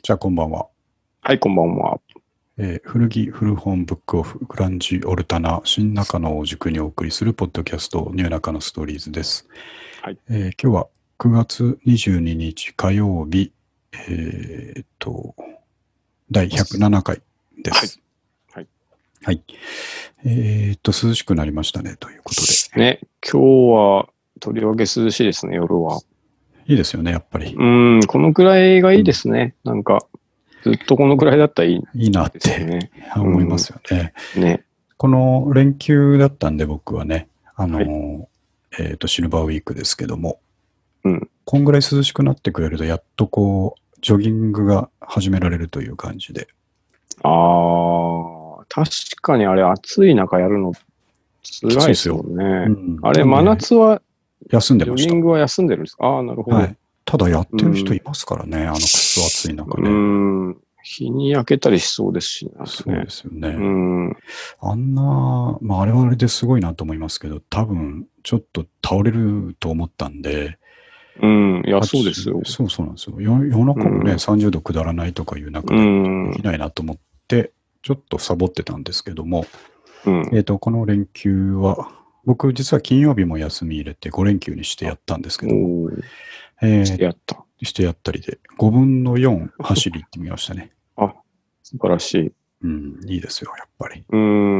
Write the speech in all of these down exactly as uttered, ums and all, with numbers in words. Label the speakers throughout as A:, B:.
A: じゃあこんばんは。
B: はい、こんばんは。
A: えー古着古本ブックオフグランジオルタナ新中野を軸にお送りするポッドキャストニューナカのストーリーズです。
B: はい。
A: えー今日はくがつにじゅうににち火曜日、えーっと、だいひゃくななかいで
B: はい。
A: す。
B: はい。
A: はい。えーっと、涼しくなりましたね、ということで。
B: ね、今日はとりわけ涼しいですね、夜は。
A: いいですよね、やっぱり。
B: うーん、このくらいがいいですね。なんか、ずっとこのくらいだったらいい
A: いいなっ
B: ですよ
A: て
B: ね。
A: 思いますよね。
B: ね。
A: この連休だったんで僕はね、あの、
B: はい。
A: えーっと、シルバーウィークですけども、
B: うん。
A: こんぐらい涼しくなってくれると、やっとこう、ジョギングが始められるという感じで。
B: ああ、確かにあれ暑い中やるの辛いですもんね。
A: うん。
B: あれ、真
A: なんで、
B: 夏は、
A: 休んでました。
B: ジョギングは休んでるんですか？ああー、なるほど。
A: はい。ただやっ
B: う
A: てる人
B: ん。
A: いますからね、あのくそ暑い中
B: う
A: ね。
B: ん。日に焼けたりしそうですしね、あとね。
A: そうですよ
B: う
A: ね。
B: ん。
A: あんな、まあ、あれはあれですごいなと思いますけど、多分、ちょっと倒れると思ったんで、
B: うん。いや、そうで
A: はち
B: すよ。
A: そうそうなんですよ。よ夜中もね、
B: うん。
A: さんじゅうど下らないとかいう
B: う
A: 中で、でき
B: ん。
A: ないなと思って、ちょっとサボってたんですけども、
B: うん。
A: えっと、この連休は、僕実は金曜日も休み入れてご連休にしてや
B: あ、
A: ったんですけども、
B: おー、し
A: え
B: てやった。
A: ーしてやったりで、ごぶんのよん走り行ってみましたね。
B: あ、素晴らしい。
A: うん、いいですよ、やっぱり。
B: うん。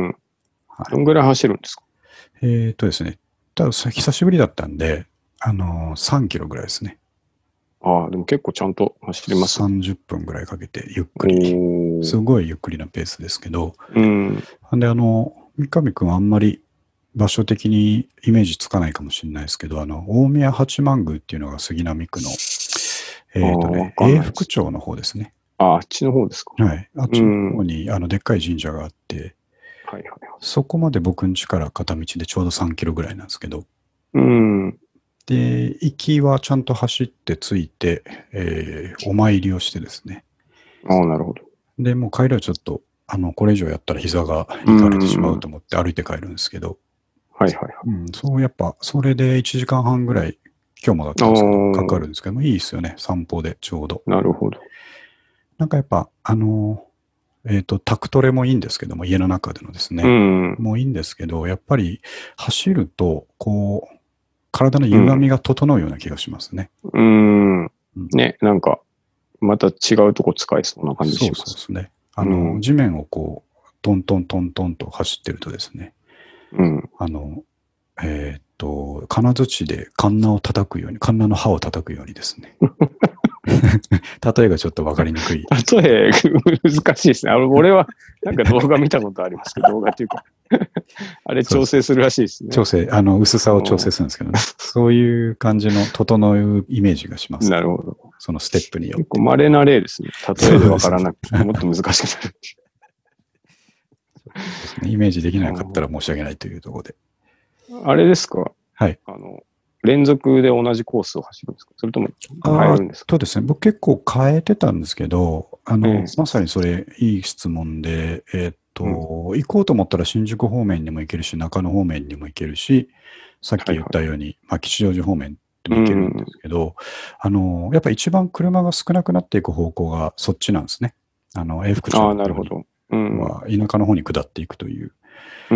A: はい。
B: どんぐらい走るんですか？
A: えっとですね、たださ久しぶりだったんで、あのー、さんキロぐらいですね。
B: ああ、でも結構ちゃんと走りますね。
A: さんじゅっぷんぐらいかけて、ゆっくり。す
B: おー。
A: ごいゆっくりなペースですけど、
B: うん。
A: で、あの、三上くんはあんまり場所的にイメージつかないかもしれないですけど、あの、大宮八幡宮っていうのが杉並区の、
B: ああ、
A: えっとね、
B: わかん
A: 永
B: ないです。
A: 福町の方ですね。
B: あ、あっちの方ですか。
A: はい。あっちの
B: うん。は
A: 方に、あの、でっかい神社があって、
B: いはいはい。
A: そこまで僕ん家から片道でちょうどさんキロぐらいなんですけど、
B: うん。
A: で、行きはちゃんと走って着いて、えーお参りをしてですね。
B: ああ、なるほど。
A: で、もう帰りはちょっと、あの、これ以上やったら膝が
B: う
A: いかれてしまう
B: ん。
A: と思って歩いて帰るんですけど、
B: はいはいはい。
A: うん、そうやっぱ、それでいちじかんはんぐらい、今日もだっ
B: あ
A: たんですけど、かかる
B: あ、
A: んですけども、いいですよね、散歩でちょうど。
B: なるほど。
A: なんかやっぱ、あの、えっと、タクトレもいいんですけども、家の中でのです
B: う
A: ね、
B: ん。
A: もういいんですけど、やっぱり走ると、こう、体の
B: うん。
A: 歪みが整うような気がしますね。
B: うん。
A: うん、
B: ね、なんか、また違うとこ使いそうな感じ
A: そう
B: します。
A: そうですね。あの、
B: うん。
A: 地面をこう、トントントントンと走ってるとですね、
B: うん。
A: あの、えーっと、金槌でカンナを叩くように、カンナの刃を叩くようにですね。例えがちょっとわかりにくい。
B: 例え、難しいですね。あの俺は、なんか動画見たことありますけど、動画っていうか、あれ
A: そうです。
B: 調整するらしいですね。
A: 調整、あの、薄さを調整
B: う
A: するんですけどね。そういう感じの整うイメージがしま
B: ん、
A: すね。
B: なるほど。
A: そのステップによっ
B: 結構
A: て。
B: 稀な例ですね。例えで
A: そうですね。
B: わからなくて、もっと難しくなる。
A: そうですね。イメージできなかったら申し訳ないというところで。
B: あれですか？
A: はい。
B: あの、連続で同じコースを走るんですか？それとも変え
A: あ
B: るんですか？
A: とですね、僕結構変えてたんですけど、あの、
B: ええ。
A: まさにそれ、いい質問で、えーっと、
B: うん。
A: 行こうと思ったら新宿方面にも行けるし、中野方面にも行けるし、さっき言っ
B: はいはい。
A: たように、まあ、吉祥寺方面で
B: う
A: も行けるんで
B: ん。
A: すけど、あの、やっぱ一番車が少なくなっていく方向がそっちなんですね。あの、永福町
B: ああ、
A: の方に
B: なるほど。うん。
A: は、田舎の方に下っていくという
B: うん。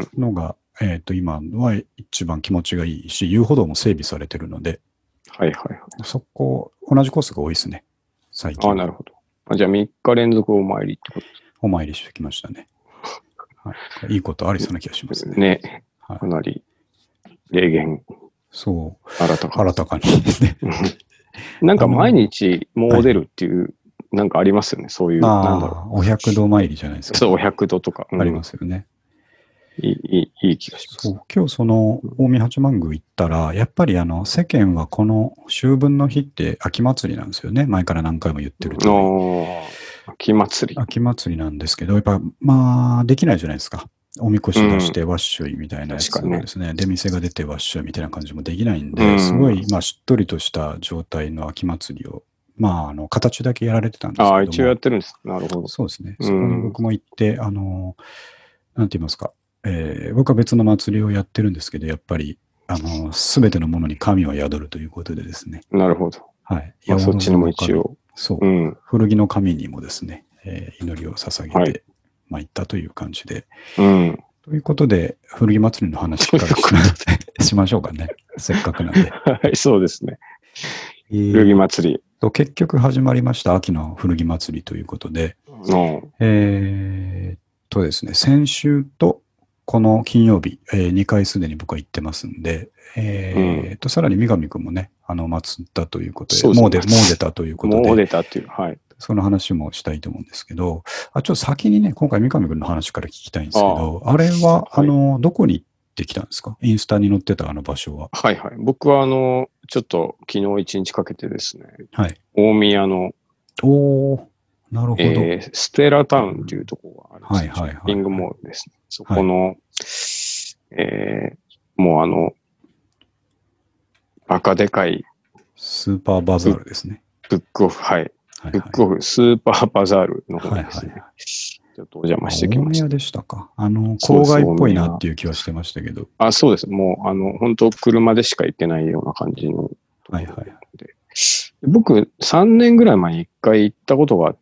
A: のが、えーっと、今は一番気持ちがいいし、遊歩道も整備されてるので、
B: はいはいはい。
A: そこ、同じコースが多いですね。最
B: ああ、
A: 近は。
B: なるほど。あ、じゃあみっか連続お参りってことで
A: お参りしてきましたね。はい。いいことありそうな気がしますね。
B: すね。
A: はい。
B: かなり、霊言、
A: そう。
B: 新たかです。
A: 新たかにね。
B: なんか毎
A: あの、
B: 日
A: はい。
B: 詣るっていう、なんかありますよね。そういう、なんだろ
A: ああ、お百度参りじゃないです
B: う。
A: けど、
B: そう、お百度とか。う
A: あり
B: ん。
A: ますよね。
B: いい、いい、いい気がします。
A: そう。今日その、
B: うん、
A: 大見八幡宮行ったら、やっぱりあの、世間はこの秋分の日って秋祭りなんですよね。前から何回も言ってる通り。
B: ああ、秋祭り。
A: 秋祭りなんですけど、やっぱ、まあ、できないじゃないですか。おみこ
B: うん。
A: し出してワッショイみたいなや
B: 確かにね。
A: つがですね、出店が出てワッショイみたいな感じもできないん
B: う
A: で、すご
B: ん。
A: い、まあ、しっとりとした状態の秋祭りを、まあ、あの、形だけやられてたんです
B: ああ、一応や
A: けども、
B: ってるんです。なるほど。
A: そうですね。そこに
B: うん。
A: 僕も行って、あの、なんて言いますか、えー僕は別の祭りをやってるんですけど、やっぱり、あの、すべてのものに神は宿るということでですね、
B: なるほど。
A: はい。
B: まあ、
A: 八百
B: そっちのも
A: 万の神、
B: 一応。
A: そう、
B: うん。
A: 古着の神にもですね、えー祈りを捧げ
B: はい
A: てまいったという感じで。
B: うん。
A: ということで、古着祭りの話
B: という
A: からし
B: こと
A: ましましょうかね。せっかくなんで。
B: で。はい、そうですね。
A: えー
B: 古着祭り
A: と結局始まりました秋の古着祭りということで、
B: の、
A: えーっとですね、先週とこの金曜日、えにかいすでに僕は行ってますんで、えーっと、さらに三上くんもね、あの、祭ったということで、
B: そうですね。
A: もうで、もう出たということ
B: もう
A: で、
B: 出たっていう。はい。
A: その話もしたいと思うんですけど、あ、ちょっと先にね、今回三上くんの話から聞きたいんですけど、あれは、あ
B: はい。
A: の、どこに行ってきたんですか？インスタに載ってたあの場所は。
B: はいはい。僕はあの、ちょっと昨日一日かけてですね、
A: はい。
B: 大宮の、
A: おー、なるほど。
B: えーステラタウンというところがあるんですね。
A: はいはいはいはい
B: ショッピングモールですね。そこの、えーもうあの、バカでかい
A: スーパーバザールですね。
B: ブックオフ、はい。
A: はいはい。
B: ブックオフ、スーパーバザールの方
A: はい
B: にですね、
A: はいはい。
B: ちょっとお邪魔
A: あ、
B: してきました。
A: 大宮でしたか。あの、
B: そうです
A: 郊外っぽいな
B: 大宮
A: っていう気はしてましたけど。
B: あ、そうです。もう、あの、本当車でしか行けないような感じのところ
A: はいはい。
B: で。僕、さんねんぐらい前に一回行ったことがあって、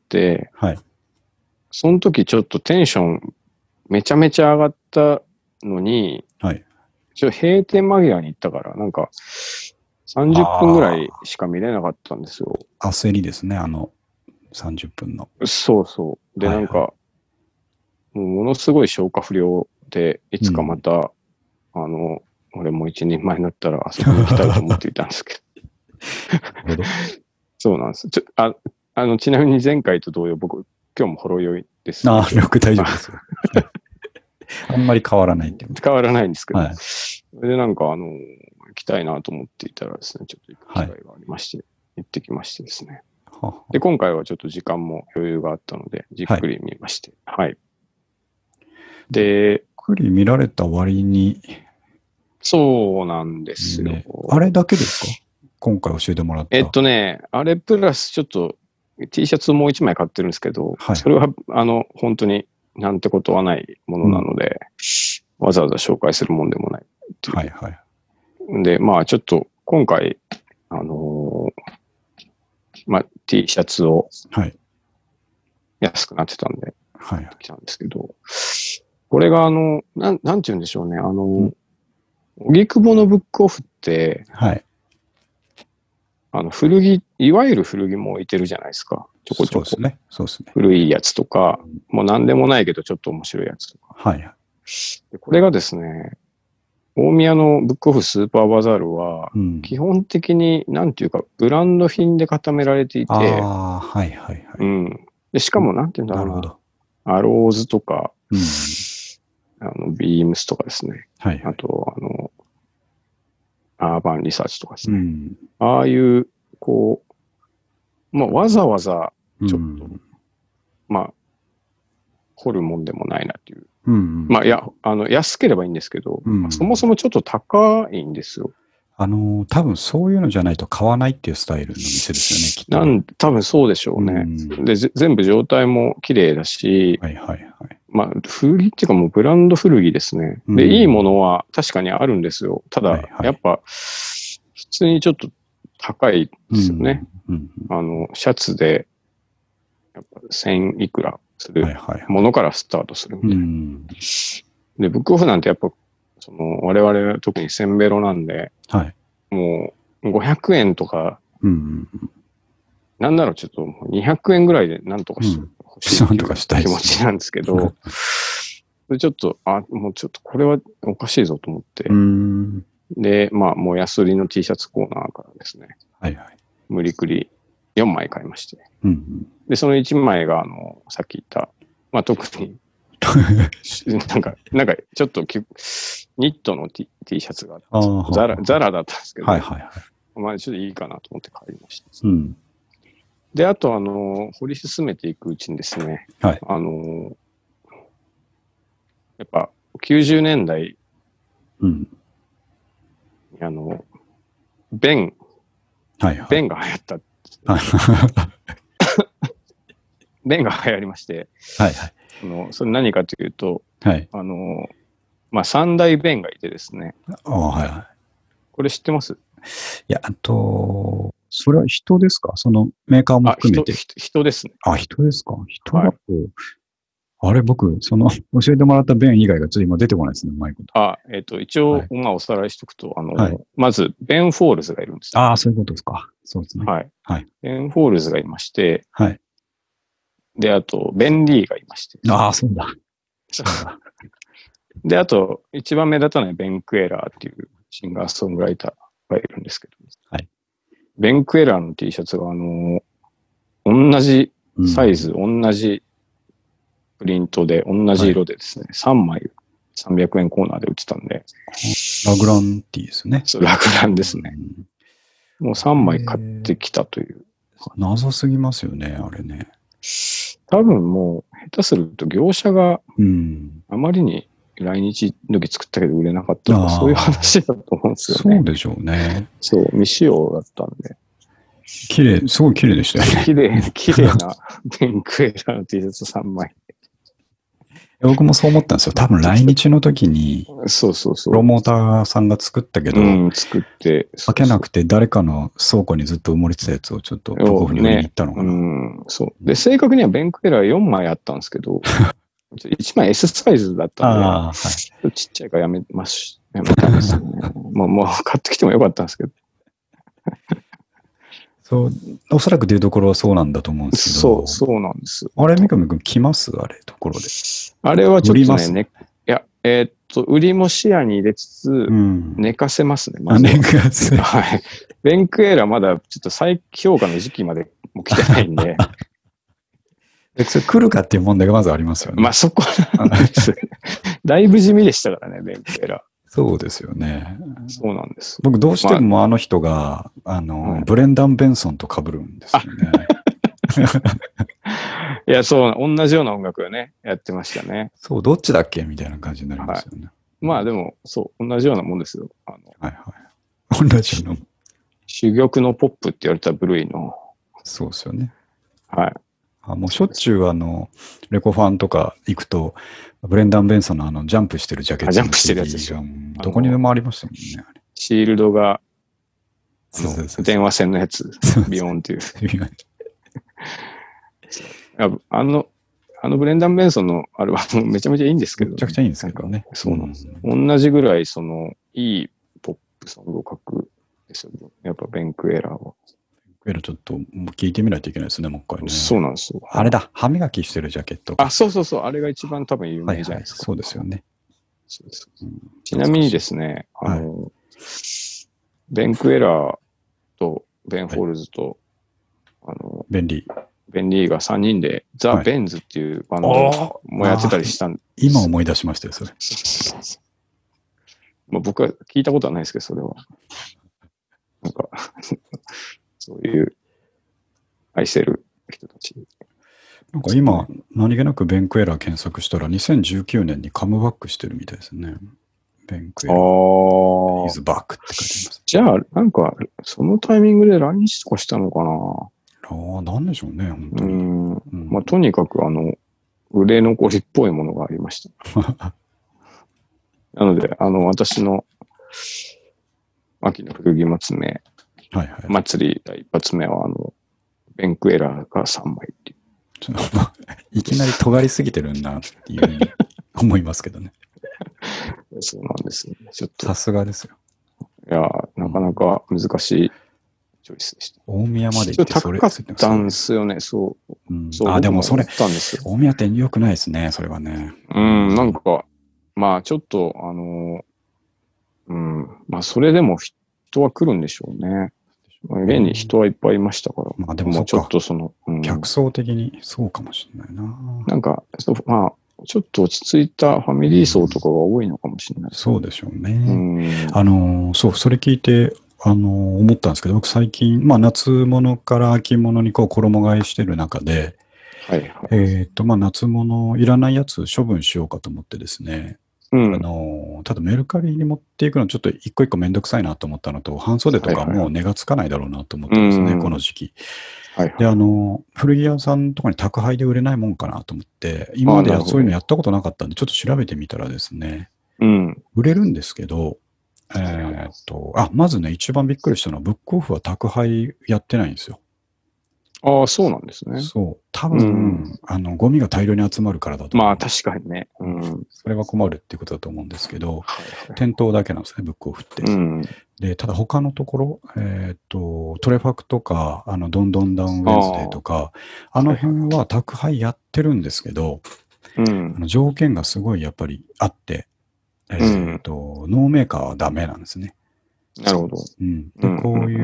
A: はい。
B: その時ちょっとテンションめちゃめちゃ上がったのに、
A: はい。
B: ちょっと閉店間際に行ったから、なんか、さんじゅっぷんぐらいしか見れなかったんですよ。
A: 焦りですね、あの、さんじゅっぷんの。
B: そうそう。で、
A: はいはい
B: なんか、もうものすごい消化不良で、いつかまた、うん、あの、俺も一人前になったらあそこに行きたいと思っていたんですけど。
A: なるほど。
B: そうなんです。ちょああのちなみに前回と同様、僕、今日もほろ酔いです、
A: ね。ああ、よく大丈夫ですよ。あんまり変わらないっていう。
B: 変わらないんですけど、
A: はい、
B: それでなんか、あの、行きたいなと思っていたらですね、ちょっと行く機会がありまして、はい、行ってきましてですね。ははで、今回はちょっと時間も余裕があったので、じっくり見まして、はい。はい、で、
A: じっくり見られた割に、
B: そうなんですよ。ね、
A: あれだけですか？今回教えてもらった。
B: えっとね、あれプラスちょっと T シャツもう一枚買ってるんですけど、はい、それはあの本当になんてことはないものなので、うん、わざわざ紹介するもんでもないっていう。はいはい。で、まあちょっと今回、あのー、まあ T シャツを安くなってたんで、はい、来たんですけど、これがあの、なん、なんて言うんでしょうね、あの、うん荻窪のブックオフって、はい、あの古着、いわゆる古着も置いてるじゃないですか。ちょこちょこ。
A: そうですね。そうですね。
B: 古いやつとか、もう何でもないけどちょっと面白いやつとか。はい。でこれがですね、大宮のブックオフスーパーバザールは、基本的に、なんていうか、ブランド品で固められていて、
A: ああ、はいはいはい。
B: うん。で、しかも、なんていうんだろうな。なるほど。アローズとか、うんあの、ビームスとかですね。はい、はい。あと、あの、アーバンリサーチとかですね。うん、ああいう、こう、まあ、わざわざ、ちょっと、うん、まあ、掘るもんでもないなっていう。うんうん、まあ、いや、あの、安ければいいんですけど、うん、そもそもちょっと高いんですよ。
A: あのー、多分そういうのじゃないと買わないっていうスタイルの店ですよね、きっと。
B: なん、多分そうでしょうね。うん、で、全部状態も綺麗だし、はいはいはい。まあ、古着っていうかもうブランド古着ですね。で、うん、いいものは確かにあるんですよ。ただ、はいはい、やっぱ、普通にちょっと高いですよね。うんうんうん、あの、シャツで、やっぱ千いくらするものからスタートするみたいな。はいはいはい、で、ブックオフなんてやっぱ、その、我々特にセンベロなんで、はい、もうごひゃくえんとか、うんうんうん、なんならちょっとにひゃくえんぐらいでなんとかしてほしいっていう気持ちなんですけど、でちょっと、あ、もうちょっとこれはおかしいぞと思って、うんで、まあ、もう安売りの T シャツコーナーからですね、はいはい、無理くりよんまい買いまして、うんうん、で、そのいちまいが、あの、さっき言った、まあ、特に、なんか、なんか、ちょっとき、ニットの T, T シャツがあってザラ、ザラだったんですけど、はいはいはい、まあ、ちょっといいかなと思って買いました。うん、で、あと、あの、掘り進めていくうちにですね、はい、あの、やっぱ、きゅうじゅうねんだい、うん、あの、ベン、はいはい、ベンが流行った。ベンが流行りまして、はいはい、あのそれ何かというと、はい、あの、まあ、三大ベンがいてですね。あ、はいはい。これ知ってます？
A: や、あと、それは人ですか？そのメーカーも含めて。
B: あ、人、人ですね。
A: あ、人ですか？人だと、はい、あれ、僕、その、教えてもらった弁以外がちょっと今出てこないですね、うまいこと。
B: あ、えっ、ー、と、一応、はい、まあ、おさらいしとくと、あの、はい、まず、ベン・フォールズがいるんです、
A: ね。ああ、そういうことですか。そうですね。
B: はい。
A: はい。
B: ベン・フォールズがいまして、
A: はい。
B: で、あと、ベン・リーがいまして。
A: ああ、そうだ。そうだ。
B: で、あと、一番目立たないベン・クエラーっていうシンガーソングライターがいるんですけど、
A: はい。
B: ベン・クエラーの T シャツが、あの、同じサイズ、うん、同じプリントで、同じ色でですね、はい、さんまいさんびゃくえんコーナーで売ってたんで。
A: ラグラン T ですね。
B: そう、ラグランですね。うん、もうさんまい買ってきたという。
A: 謎すぎますよね、あれね。
B: 多分もう、下手すると業者があまりに来日の時作ったけど売れなかったとか、そういう話だと思うんですよね。
A: そうでしょうね。
B: そう、未使用だったんで。
A: 綺麗、すごい綺麗でしたよね。
B: 綺麗、綺麗なベンクエラーの T シャツさんまい。
A: 僕もそう思ったんですよ。多分来日の時に、
B: そうそうそう。
A: プロモーターさんが作ったけど、
B: うん、作って、
A: 開けなくて誰かの倉庫にずっと埋もれてたやつをちょっとブックオフに売りに行ったのかな。
B: ね、うん、そう。で、正確にはベンクエラーよんまいあったんですけど、いちまい S サイズだったんで、はい、ちっちゃいからやめまし、やめたんですよね。まあ、もう買ってきてもよかったんですけど。
A: そう、おそらく出どころはそうなんだと思うんですけど。
B: そう、そうなんです。
A: あれ、三上君来ますあれ、ところで。
B: あれはちょっとね、ねいや、えー、っと、売りも視野に入れつつ、うん、寝かせますね、
A: まずは。寝かせ。
B: はい。ベンクエラまだちょっと再評価の時期までも来てないんで。
A: それ来るかっていう問題がまずありますよね。
B: まあそこなんです。だいぶ地味でしたからね、ベンクエラ。
A: そうですよね。
B: そうなんです。
A: 僕どうしてもあの人が、まあ、あの、はい、ブレンダン・ベンソンと被るんですよね。
B: いや、そう、同じような音楽をね、やってましたね。
A: そう、どっちだっけみたいな感じになりますよね。はい、
B: まあでも、そう、同じようなもんですよ。あの
A: はいはい。同じような。
B: 珠玉のポップって言われた部類の。
A: そうですよね。
B: はい。
A: あもうしょっちゅうあの、レコファンとか行くと、ブレンダン・ベンソンのあの、ジャンプしてるジャケット。
B: ジャンプしてるやつでしょ。
A: どこにでもありましたもんね。
B: シールドが、電話線のやつ、ビヨーンっていう。あの、あのブレンダン・ベンソンのあれはめちゃめちゃいいんですけど、ね。
A: めちゃくちゃいいんですけどね。
B: そうなんです、うん。同じぐらい、その、いいポップソングを書くですよね。やっぱベンクエラーは。
A: ベンクエラーちょっと聞いてみないといけないですね、もう一回ね。
B: そうなんですよ。
A: あれだ、歯磨きしてるジャケット。
B: あ、そうそうそう。あれが一番多分有名じゃないですか。
A: はいはい、そうですよね。
B: そうです、うん。ちなみにですね、あの、はい、ベンクエラーとベン・フォールズと、はい、あの、
A: ベンリー。
B: ベンリーがさんにんで、ザ・ベンズっていうバンドもやってたりしたんです。
A: 今思い出しましたよ、それ。
B: まあ僕は聞いたことはないですけど、それは。なんか、そういう愛せる人たち。
A: なんか今、何気なくベンクエラー検索したら、にせんじゅうきゅうねんにカムバックしてるみたいですね。ベンクエラー。He's back って書いてあります。
B: じゃあ、なんか、そのタイミングで来日とかしたのかな。
A: ああ、なんでしょうね、本当に。
B: うんうん、まあ、とにかく、あの、売れ残りっぽいものがありました。なので、あの、私の、秋の古着祭り、はいはい、祭り一発目は、あの、ベンクエラーがさんまいっていう。
A: いきなり尖りすぎてるんだっていうふうに思いますけどね。
B: そうなんですね。ちょっと。
A: さすがですよ。
B: いや、なかなか難しいチョイスでした。
A: 大宮まで行ってそれ。
B: 高かったんですよね、そう。
A: うん、
B: そう
A: あ、でもそれ、
B: たんですよ。
A: 大宮って良くないですね、それはね。
B: うん、なんか、まあちょっと、あの、うん、まあそれでも人は来るんでしょうね。現に人はいっぱいいましたから。
A: まあでも
B: もうちょっとその、
A: うん、客層的にそうかもしれないな。
B: なんか、まあ、ちょっと落ち着いたファミリー層とかが多いのかもしれない、
A: うん。そうでしょうね。うん、あの、そう、それ聞いて、あの、思ったんですけど、僕最近、まあ夏物から秋物にこう衣替えしてる中で、
B: はいはい、
A: えっと、まあ夏物いらないやつ処分しようかと思ってですね。うん、あのただメルカリに持っていくのちょっと一個一個めんどくさいなと思ったのと、半袖とかもう値がつかないだろうなと思ってですね、はいはい、この時期。はいはい、で、あの、古着屋さんとかに宅配で売れないもんかなと思って、今までそういうのやったことなかったんで、ちょっと調べてみたらですね、うん、売れるんですけど、 えー、っと、あ、まずね、一番びっくりしたのは、ブックオフは宅配やってないんですよ。
B: ああ、そうなんですね。
A: そう。多分、うん、あの、ゴミが大量に集まるからだと思う。
B: まあ、確かにね。うん。
A: それは困るっていうことだと思うんですけど、はいはい、店頭だけなんですね、ブックオフって。うん、で、ただ他のところ、えー、っと、トレファクとか、あの、どんどんダウンウェンズデーとか、あ, あの辺は宅配やってるんですけど、うん、あの条件がすごいやっぱりあって、えー、っと、うん、ノーメーカーはダメなんですね。
B: なるほど。
A: うん、でこういう、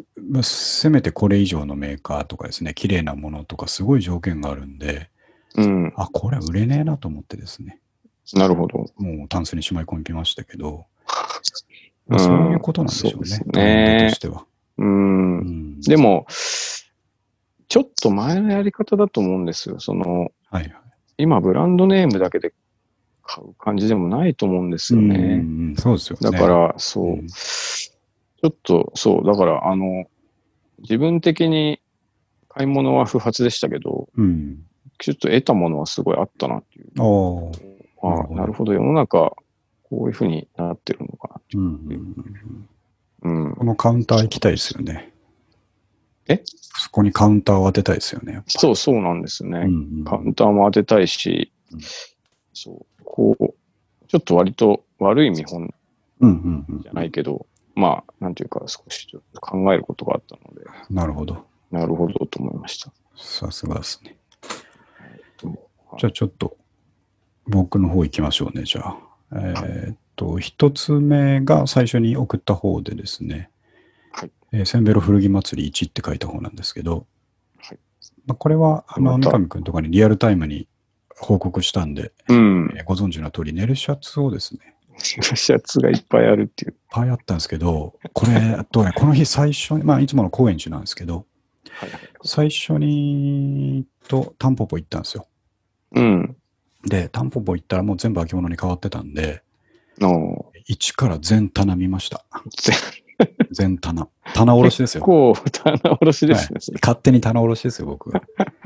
A: まあ、せめてこれ以上のメーカーとかですね、綺麗なものとかすごい条件があるんで、うん、あ、これは売れねえなと思ってですね。
B: なるほど。
A: もうタンスにしまい込みましたけど、まあ、そういうことなんでしょうね、トレンドとしては。
B: うん。うん、でも、ちょっと前のやり方だと思うんですよ。その、はいはい、今、ブランドネームだけで買う感じでもないと思うんですよね。うん、
A: そうですよね。
B: だから、そう、うん、ちょっと、そう、だから、あの、自分的に買い物は不発でしたけど、うん、ちょっと得たものはすごいあったなっていう。ああ、なるほど、世の中、こういうふうになってるのかなっていう。
A: うんうんうん、このカウンター行きたいですよね。
B: え
A: そこにカウンターを当てたいですよね。
B: そう、そうなんですね。うんうん、カウンターも当てたいし、うん、そう、こう、ちょっと割と悪い見本じゃないけど、うんうんうん、まあ、なんていうか、少しちょっと考えることがあったので。
A: なるほど。
B: なるほどと思いました。
A: さすがですね。じゃあちょっと、僕の方行きましょうね、じゃあ。えー、っと、一つ目が最初に送った方でですね、はいえー、センベロ古着祭りいちって書いた方なんですけど、はいまあ、これは、あの、三上くんとかにリアルタイムに報告したんで、うんえー、ご存知の通り、ネルシャツをですね、
B: ネルシャツがいっぱいあるっていう。いっ
A: ぱいあったんですけど、これ、とね、この日最初に、まあ、いつもの高円寺なんですけど、はいはい、最初に、と、タンポポ行ったんですよ。うん。で、タンポポ行ったらもう全部秋物に変わってたんで、一から全棚見ました。全棚。棚卸しですよ。
B: 結構棚卸しですね、
A: はい。勝手に棚卸しですよ、僕が。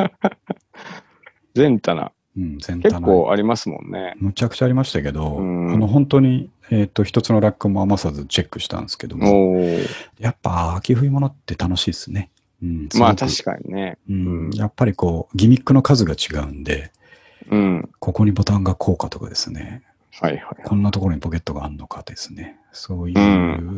B: 全棚。うん、全棚。結構ありますもんね。
A: むちゃくちゃありましたけど、あの本当に、えっと、一つのラックも余さずチェックしたんですけども、やっぱ秋冬物って楽しいですね。
B: うん、まあ確かにね、
A: うん。やっぱりこう、ギミックの数が違うんで、うん、ここにボタンがこうかとかですね。はいはい、はい。こんなところにポケットがあるのかですね。そういう、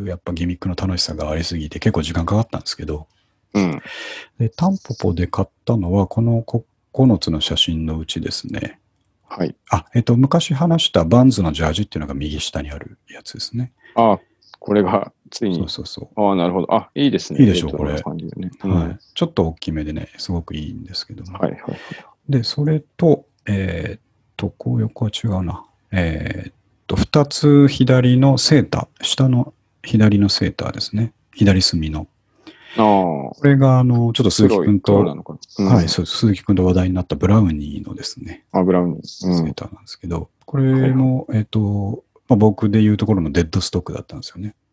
A: やっぱギミックの楽しさがありすぎて結構時間かかったんですけど、うん、でタンポポで買ったのはこのここのつの写真のうちですね。はい。あ、えっと、昔話したバンズのジャージっていうのが右下にあるやつですね。
B: ああ、これがついに。
A: そうそうそう。
B: ああ、なるほど。あ、いいですね。
A: いいでしょう、これ。
B: 感じでね、
A: うん、はい。ちょっと大きめでね、すごくいいんですけども。
B: はいはいはい。
A: で、それと、えー、っと、こう横は違うな。えー、っと、二つ左のセーター、下の左のセーターですね。左隅の。ああ。これが、あの、ちょっと鈴木くんと、うん、はい、そう、鈴木くんと話題になったブラウニーのですね。
B: あ、ブラウニー。うん、セ
A: ーターなんですけど、これも、はいはい、えー、っと、まあ、僕で言うところのデッドストックだったんですよね。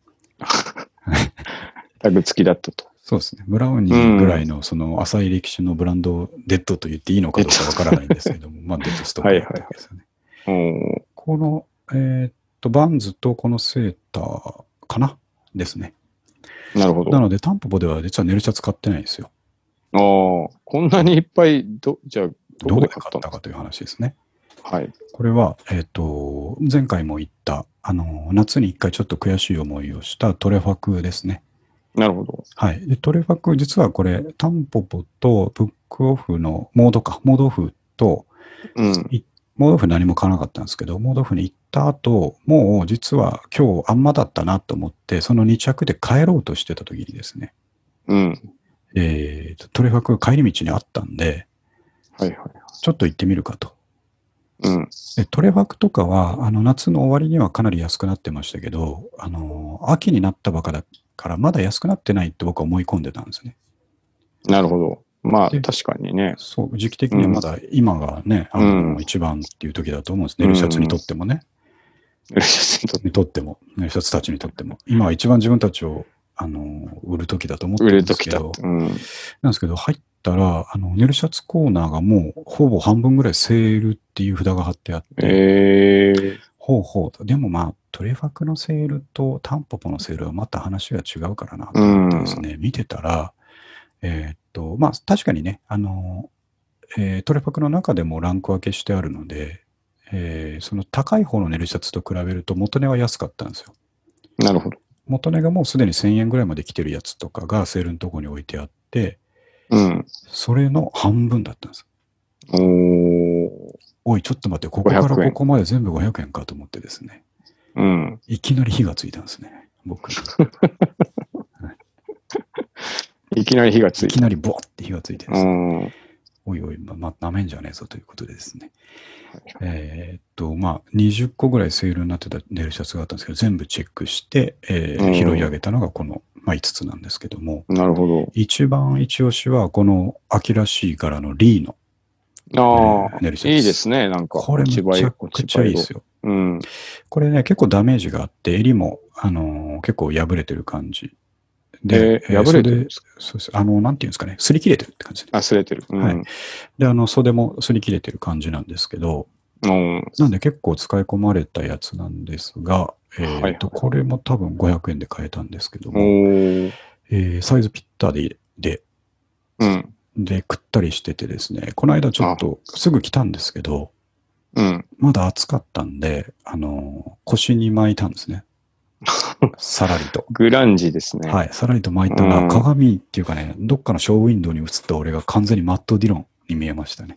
B: タグ付きだったと。
A: そうですね。ブラウニーぐらいのその浅い歴史のブランドをデッドと言っていいのかどうかわからないんですけども、まあデッドストックだったわけですよね。はいはいはい、この、えー、っと、バンズとこのセーターかなですね。
B: なるほど。
A: なので、タンポポでは実はネルシャツ買ってないんですよ。
B: ああ、こんなにいっぱい、ど、じゃあ、
A: どこで買ったかという話ですね。
B: はい。
A: これは、えっと、前回も言った、あの、夏に一回ちょっと悔しい思いをしたトレファクですね。
B: なるほど。
A: はい。で、トレファク、実はこれ、タンポポとブックオフのモードか、モードオフと、うん、モードオフ何も買わなかったんですけど、モードオフに行った後、もう実は今日あんまだったなと思って、そのに着で帰ろうとしてた時にですね、うん。えー、トレファクが帰り道にあったんで、はいはい。ちょっと行ってみるかと。うん。でトレファクとかは、あの、夏の終わりにはかなり安くなってましたけど、あの、秋になったばかだからまだ安くなってないって僕は思い込んでたんですね。
B: なるほど。まあ確かにね。
A: そう、時期的にはまだ今がね、うん、あの、うん、一番っていう時だと思うんです。ネルシャツにとってもね。
B: ネルシャツ
A: にとっても、ネルシャツたちにとっても。今は一番自分たちを、あの、売る時だと思ってるんですけど、売る時だ。うん、なんですけど、入ったら、あの、ネルシャツコーナーがもうほぼ半分ぐらいセールっていう札が貼ってあって、えー、 ほうほう。でもまあ、トレファクのセールとタンポポのセールはまた話が違うからなと思ってですね、見てたら、えー、っと、まあ確かにね、あの、えー、トレファクの中でもランク分けしてあるので、えー、その高い方のネルシャツと比べると元値は安かったんですよ。
B: なるほど。
A: 元値がもうすでにせんえんぐらいまで来てるやつとかがセールのところに置いてあって、
B: うん。
A: それの半分だったんです。
B: おー。
A: おい、ちょっと待って、ここからここまで全部ごひゃくえんかと思ってですね。
B: うん。
A: いきなり火がついたんですね、僕。
B: いきなり火がついた。
A: いきなりボワって火がついてですね。
B: うん。
A: おいおい、ま、ま、なめんじゃねえぞということでですね。えー、っと、まあ、にじゅっこぐらいセールになってたネルシャツがあったんですけど、全部チェックして、えー、拾い上げたのがこの、まあ、いつつなんですけども。
B: なるほど。
A: 一番一押しは、この秋らしい柄のリーの。
B: ああ、ネルシャツ。いいですね、なんか。
A: これめちゃくちゃいいですよ。
B: うん。
A: これね、結構ダメージがあって、襟も、あのー、結構破れてる感じ。で、
B: えー、破れてるんですか？
A: そうです。あの、なんていうんですかね、擦り切れてるって感じで。
B: あ、擦れてる。うん、
A: はい。で、あの、袖も擦り切れてる感じなんですけど、うん、なんで結構使い込まれたやつなんですが、えーと、はいはい、これも多分ごひゃくえんで買えたんですけども、えー、サイズピッタで、で、うん、で、くったりしててですね、この間ちょっとすぐ来たんですけど、うん、まだ暑かったんで、あの、腰に巻いたんですね。さらりと。
B: グランジですね。
A: はい。さらりと巻いたら、鏡っていうかね、どっかのショーウィンドウに映った俺が完全にマット・ディロンに見えましたね。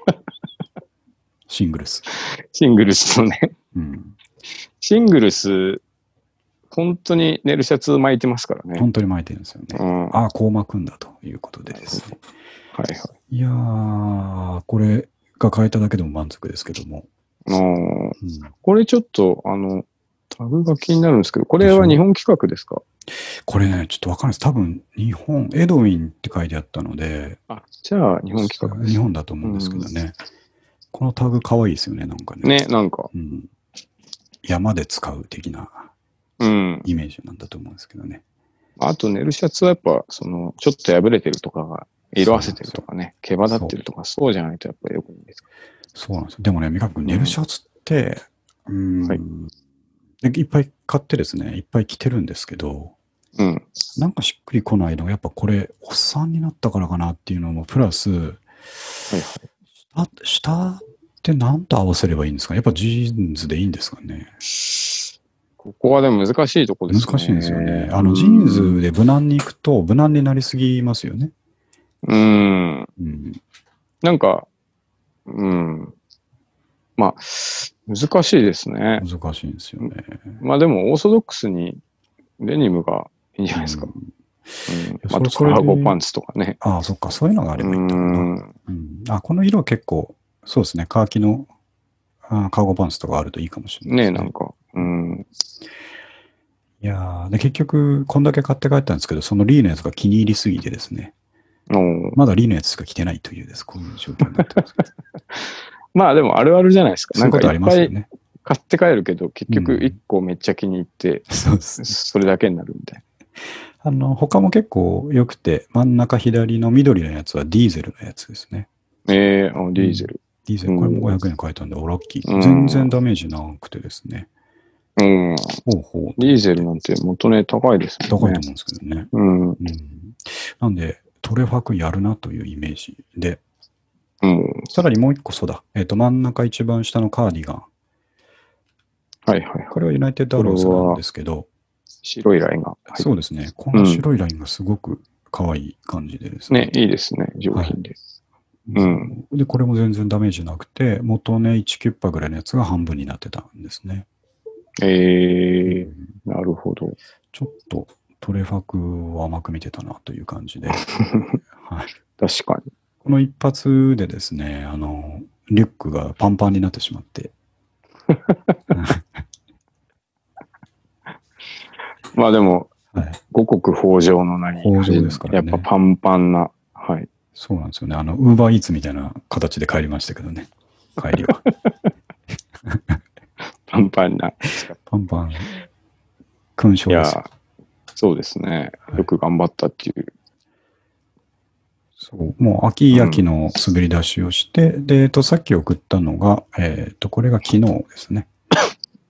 A: シングルス。
B: シングルスのね。うん、シングルス、本当にネルシャツ巻いてますからね。
A: 本当に巻いてるんですよね。うん、ああ、こう巻くんだということでですね。
B: はいはい。
A: いやー、これが変えただけでも満足ですけども。
B: うん、これちょっと、あの、タグが気になるんですけど、これは日本企画ですか？
A: これね、ちょっとわかんないです。多分、日本、エドウィンって書いてあったので。
B: あ、じゃあ、日本企画です。
A: 日本だと思うんですけどね。うん、このタグかわいいですよね、なんかね。
B: ね、なんか。
A: うん、山で使う的なイメージなんだと思うんですけどね。
B: うん、あと、ネルシャツはやっぱ、その、ちょっと破れてるとかが、色あせてるとかね、毛羽立ってるとか、そうじゃないとやっぱりよくないですか？
A: そうなんですよ。でもね、三上君、ネルシャツって、うん、はい、いっぱい買ってですね、いっぱい着てるんですけど、うん、なんかしっくりこないのが、やっぱこれ、おっさんになったからかなっていうのも、プラス、はいはい、下って何と合わせればいいんですかね？やっぱジーンズでいいんですかね？
B: ここはでも難しいところですね。
A: 難しいんですよね。あの、ジーンズで無難に行くと、無難になりすぎますよね。
B: うん。うん、なんか、うん。まあ、難しいですね。
A: 難しいんですよね。
B: まあでも、オーソドックスにデニムがいいんじゃないですか。うんうん、あと、カーゴパンツとかね。
A: ああ、そっか。そういうのがあればいいんだろうな。うん、あ、この色は結構、そうですね。カーキのあカーゴパンツとかあるといいかもしれないですね。
B: ねえ、なんか。うん、
A: いやー、で、結局、こんだけ買って帰ったんですけど、そのリーのやつが気に入りすぎてですね。まだリーのやつしか着てないというです。こういう状況になってます。
B: まあでもあるあるじゃないですか。
A: そういうことありますよね。
B: 買って帰るけど、結局いっこめっちゃ気に入って、うん、そうです、ね、それだけになるみたいな。
A: あの、他も結構良くて、真ん中左の緑のやつはディーゼルのやつですね。
B: ええー、あ、ディーゼル、うん。
A: ディーゼル、これもごひゃくえん買えたんで、おラッキー、うん。全然ダメージなくてですね。
B: うん。ほうほう。ディーゼルなんて元値高いですね。
A: 高いと思うんですけどね。うん。うん、なんで、トレファクやるなというイメージで、うん、さらにもう一個そうだ。えっ、ー、と、真ん中一番下のカーディガン。
B: はいはい。
A: これはユナイテッドアローズなんですけど。
B: 白いラインが。
A: そうですね。この白いラインがすごく可愛い感じでですね。
B: うん、ね、いいですね。上品で。はい、うん。
A: で、これも全然ダメージなくて、元値いちキュッパぐらいのやつが半分になってたんですね。
B: えー、うん、なるほど。
A: ちょっとトレファクを甘く見てたなという感じで。はい、
B: 確かに。
A: この一発でですね、あの、リュックがパンパンになってしまって。
B: まあでも、はい、五穀豊穣の名に。
A: 豊穣ですからね。
B: やっぱパンパンな。はい。
A: そうなんですよね。あの、ウーバーイーツみたいな形で帰りましたけどね。帰りは。
B: パンパンな。
A: パンパン。勲章ですよ。
B: いや、そうですね。よく頑張ったっていう。はい、
A: そう。もう秋秋の滑り出しをして、うん、で、えっと、さっき送ったのが、えっと、これが昨日ですね。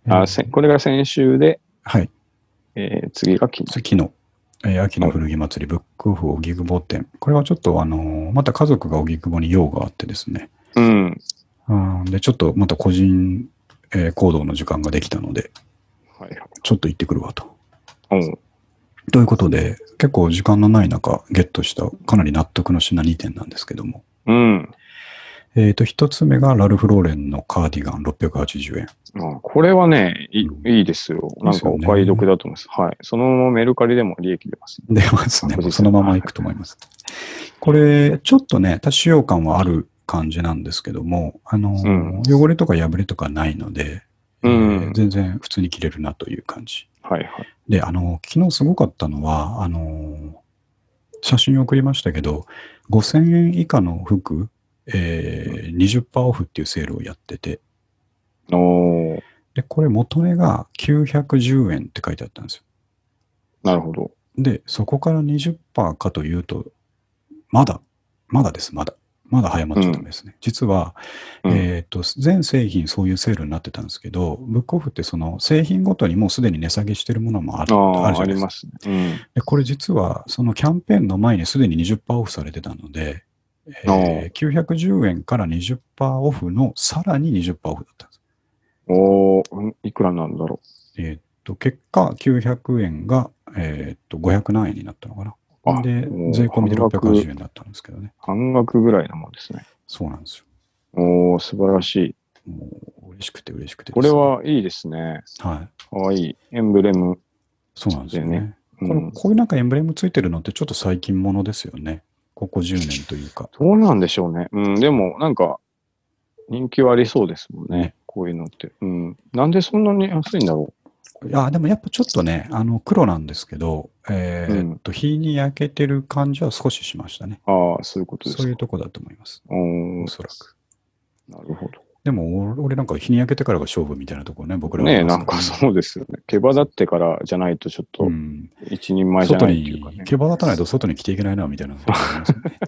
B: あ、せこれが先週で、
A: はい。
B: えー、次が昨日。
A: 昨日。えー、秋の古着祭り、ブックオフ荻窪店。これはちょっと、あのー、また家族が荻窪に用があってですね。
B: うん。
A: あで、ちょっとまた個人、えー、行動の時間ができたので、はいはい、ちょっと行ってくるわと。うん。ということで、結構時間のない中、ゲットしたかなり納得の品にてんなんですけども。
B: うん。
A: えっと、一つ目がラルフ・ローレンのカーディガンろっぴゃくはちじゅうえん。
B: あこれはねいい、うん、いいですよ。なんかお買い得だと思います。はい。そのままメルカリでも利益出ます、
A: ね。出ますね。そのままいくと思います。これ、ちょっとね、多使用感はある感じなんですけども、あの、うん、汚れとか破れとかないので、うんえー、全然普通に着れるなという感じ。はいはい。で、あの、昨日すごかったのは、あの、写真送りましたけど、ごせんえん以下の服、えー、にじゅっパーセントオフっていうセールをやってて、おで、これ元値がきゅうひゃくじゅうえんって書いてあったんですよ。なるほど。で、そこから にじゅっパーセント かというと、まだ、まだです、まだ。まだ早まっちゃダメですね。うん、実は、うん、えっと、全製品そういうセールになってたんですけど、ブックオフってその製品ごとにもうすでに値下げしてるものもある、あるじゃないですか。ありますね。うん、でこれ実はそのキャンペーンの前にすでに にじゅっパーセント オフされてたので、えー、きゅうひゃくじゅうえんから にじゅっパーセント オフのさらに にじゅっパーセント オフだったんです。おー、いくらなんだろう。えっと、結果きゅうひゃくえんが、えっと、ごひゃく何円になったのかな。で、税込みでろっぴゃくはちじゅうえんだったんですけどね。半額ぐらいなもんですね。そうなんですよ。おー、素晴らしい。もう、嬉しくて嬉しくて、ね。これはいいですね。はい。かわいい。エンブレム、ね。そうなんですよね。うん、これこういうなんかエンブレムついてるのってちょっと最近ものですよね。ここじゅうねんというか。どうなんでしょうね。うん、でもなんか、人気はありそうですもんね。ねこういうのって。うん。なんでそんなに安いんだろう。いや、でもやっぱちょっとね、あの、黒なんですけど、えー、っと、うん、日に焼けてる感じは少ししましたね。ああ、そういうことですか。そういうとこだと思います。おそらく。なるほど。でも、俺なんか日に焼けてからが勝負みたいなところね、僕らは、ね。ねえ、なんかそうですよね。毛羽立ってからじゃないとちょっと、一人前じゃないっていうか、ね、毛羽立たないと外に着ていけないな、みたいなのがありますよね。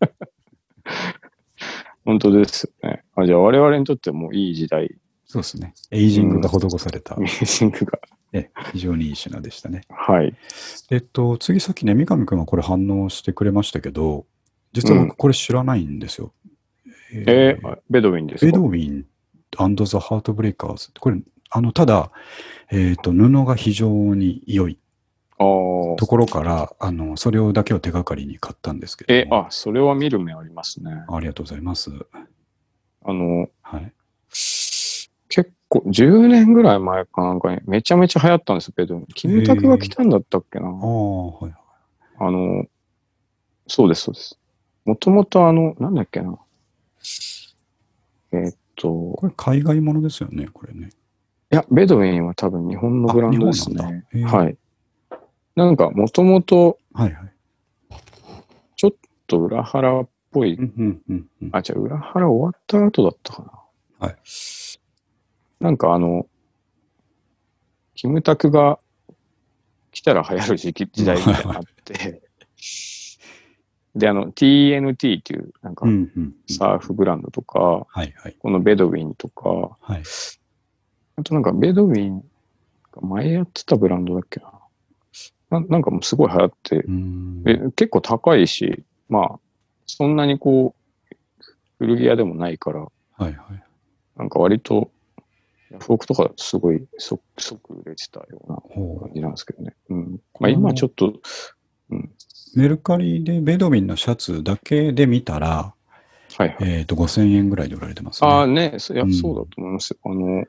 A: 本当ですよね。あ、じゃあ我々にとってもいい時代。そうですね。エイジングが施された。うん、エイジングが。え、非常にいい品でしたね。はい。えっと、次さっきね、三上くんがこれ反応してくれましたけど、実は僕これ知らないんですよ。うん、えー、ベドウィンですか？ベドウィン&ザ・ハートブレイカーズ。これ、あの、ただ、えっと、布が非常に良いところから、あの、それをだけを手がかりに買ったんですけど。え、あ、それは見る目ありますね。ありがとうございます。あの、はい。結構、じゅうねんぐらい前かなんかに、めちゃめちゃ流行ったんですよ、ベドウィン。キムタクが来たんだったっけな。ああ、はいはい。あの、そうです、そうです。もともとあの、なんだっけな。えー、っと。これ海外ものですよね、これね。いや、ベドウィンは多分日本のブランドですね。はい。なんか、もともと、はいはい。ちょっと裏腹っぽい。うんうんうんうん、あ、じゃあ裏腹終わった後だったかな。はい。なんかあの、キムタクが来たら流行る時期、時代みたいなのがあって、で、あの、ティーエヌティー っていう、なんか、サーフブランドとか、はいはい、このベドウィンとか、はい、あとなんか、ベドウィンが前やってたブランドだっけな。な, なんかもうすごい流行って、で結構高いし、まあ、そんなにこう、古着屋でもないから、はいはい、なんか割と、ヤフオクとかすごい即売れてたような感じなんですけどね。うん、まあ今ちょっと、うん、メルカリでベドウィンのシャツだけで見たら、はいはい、えっとごせんえんぐらいで売られてますね。ああね、いや、うん、そうだと思いますよ。あの、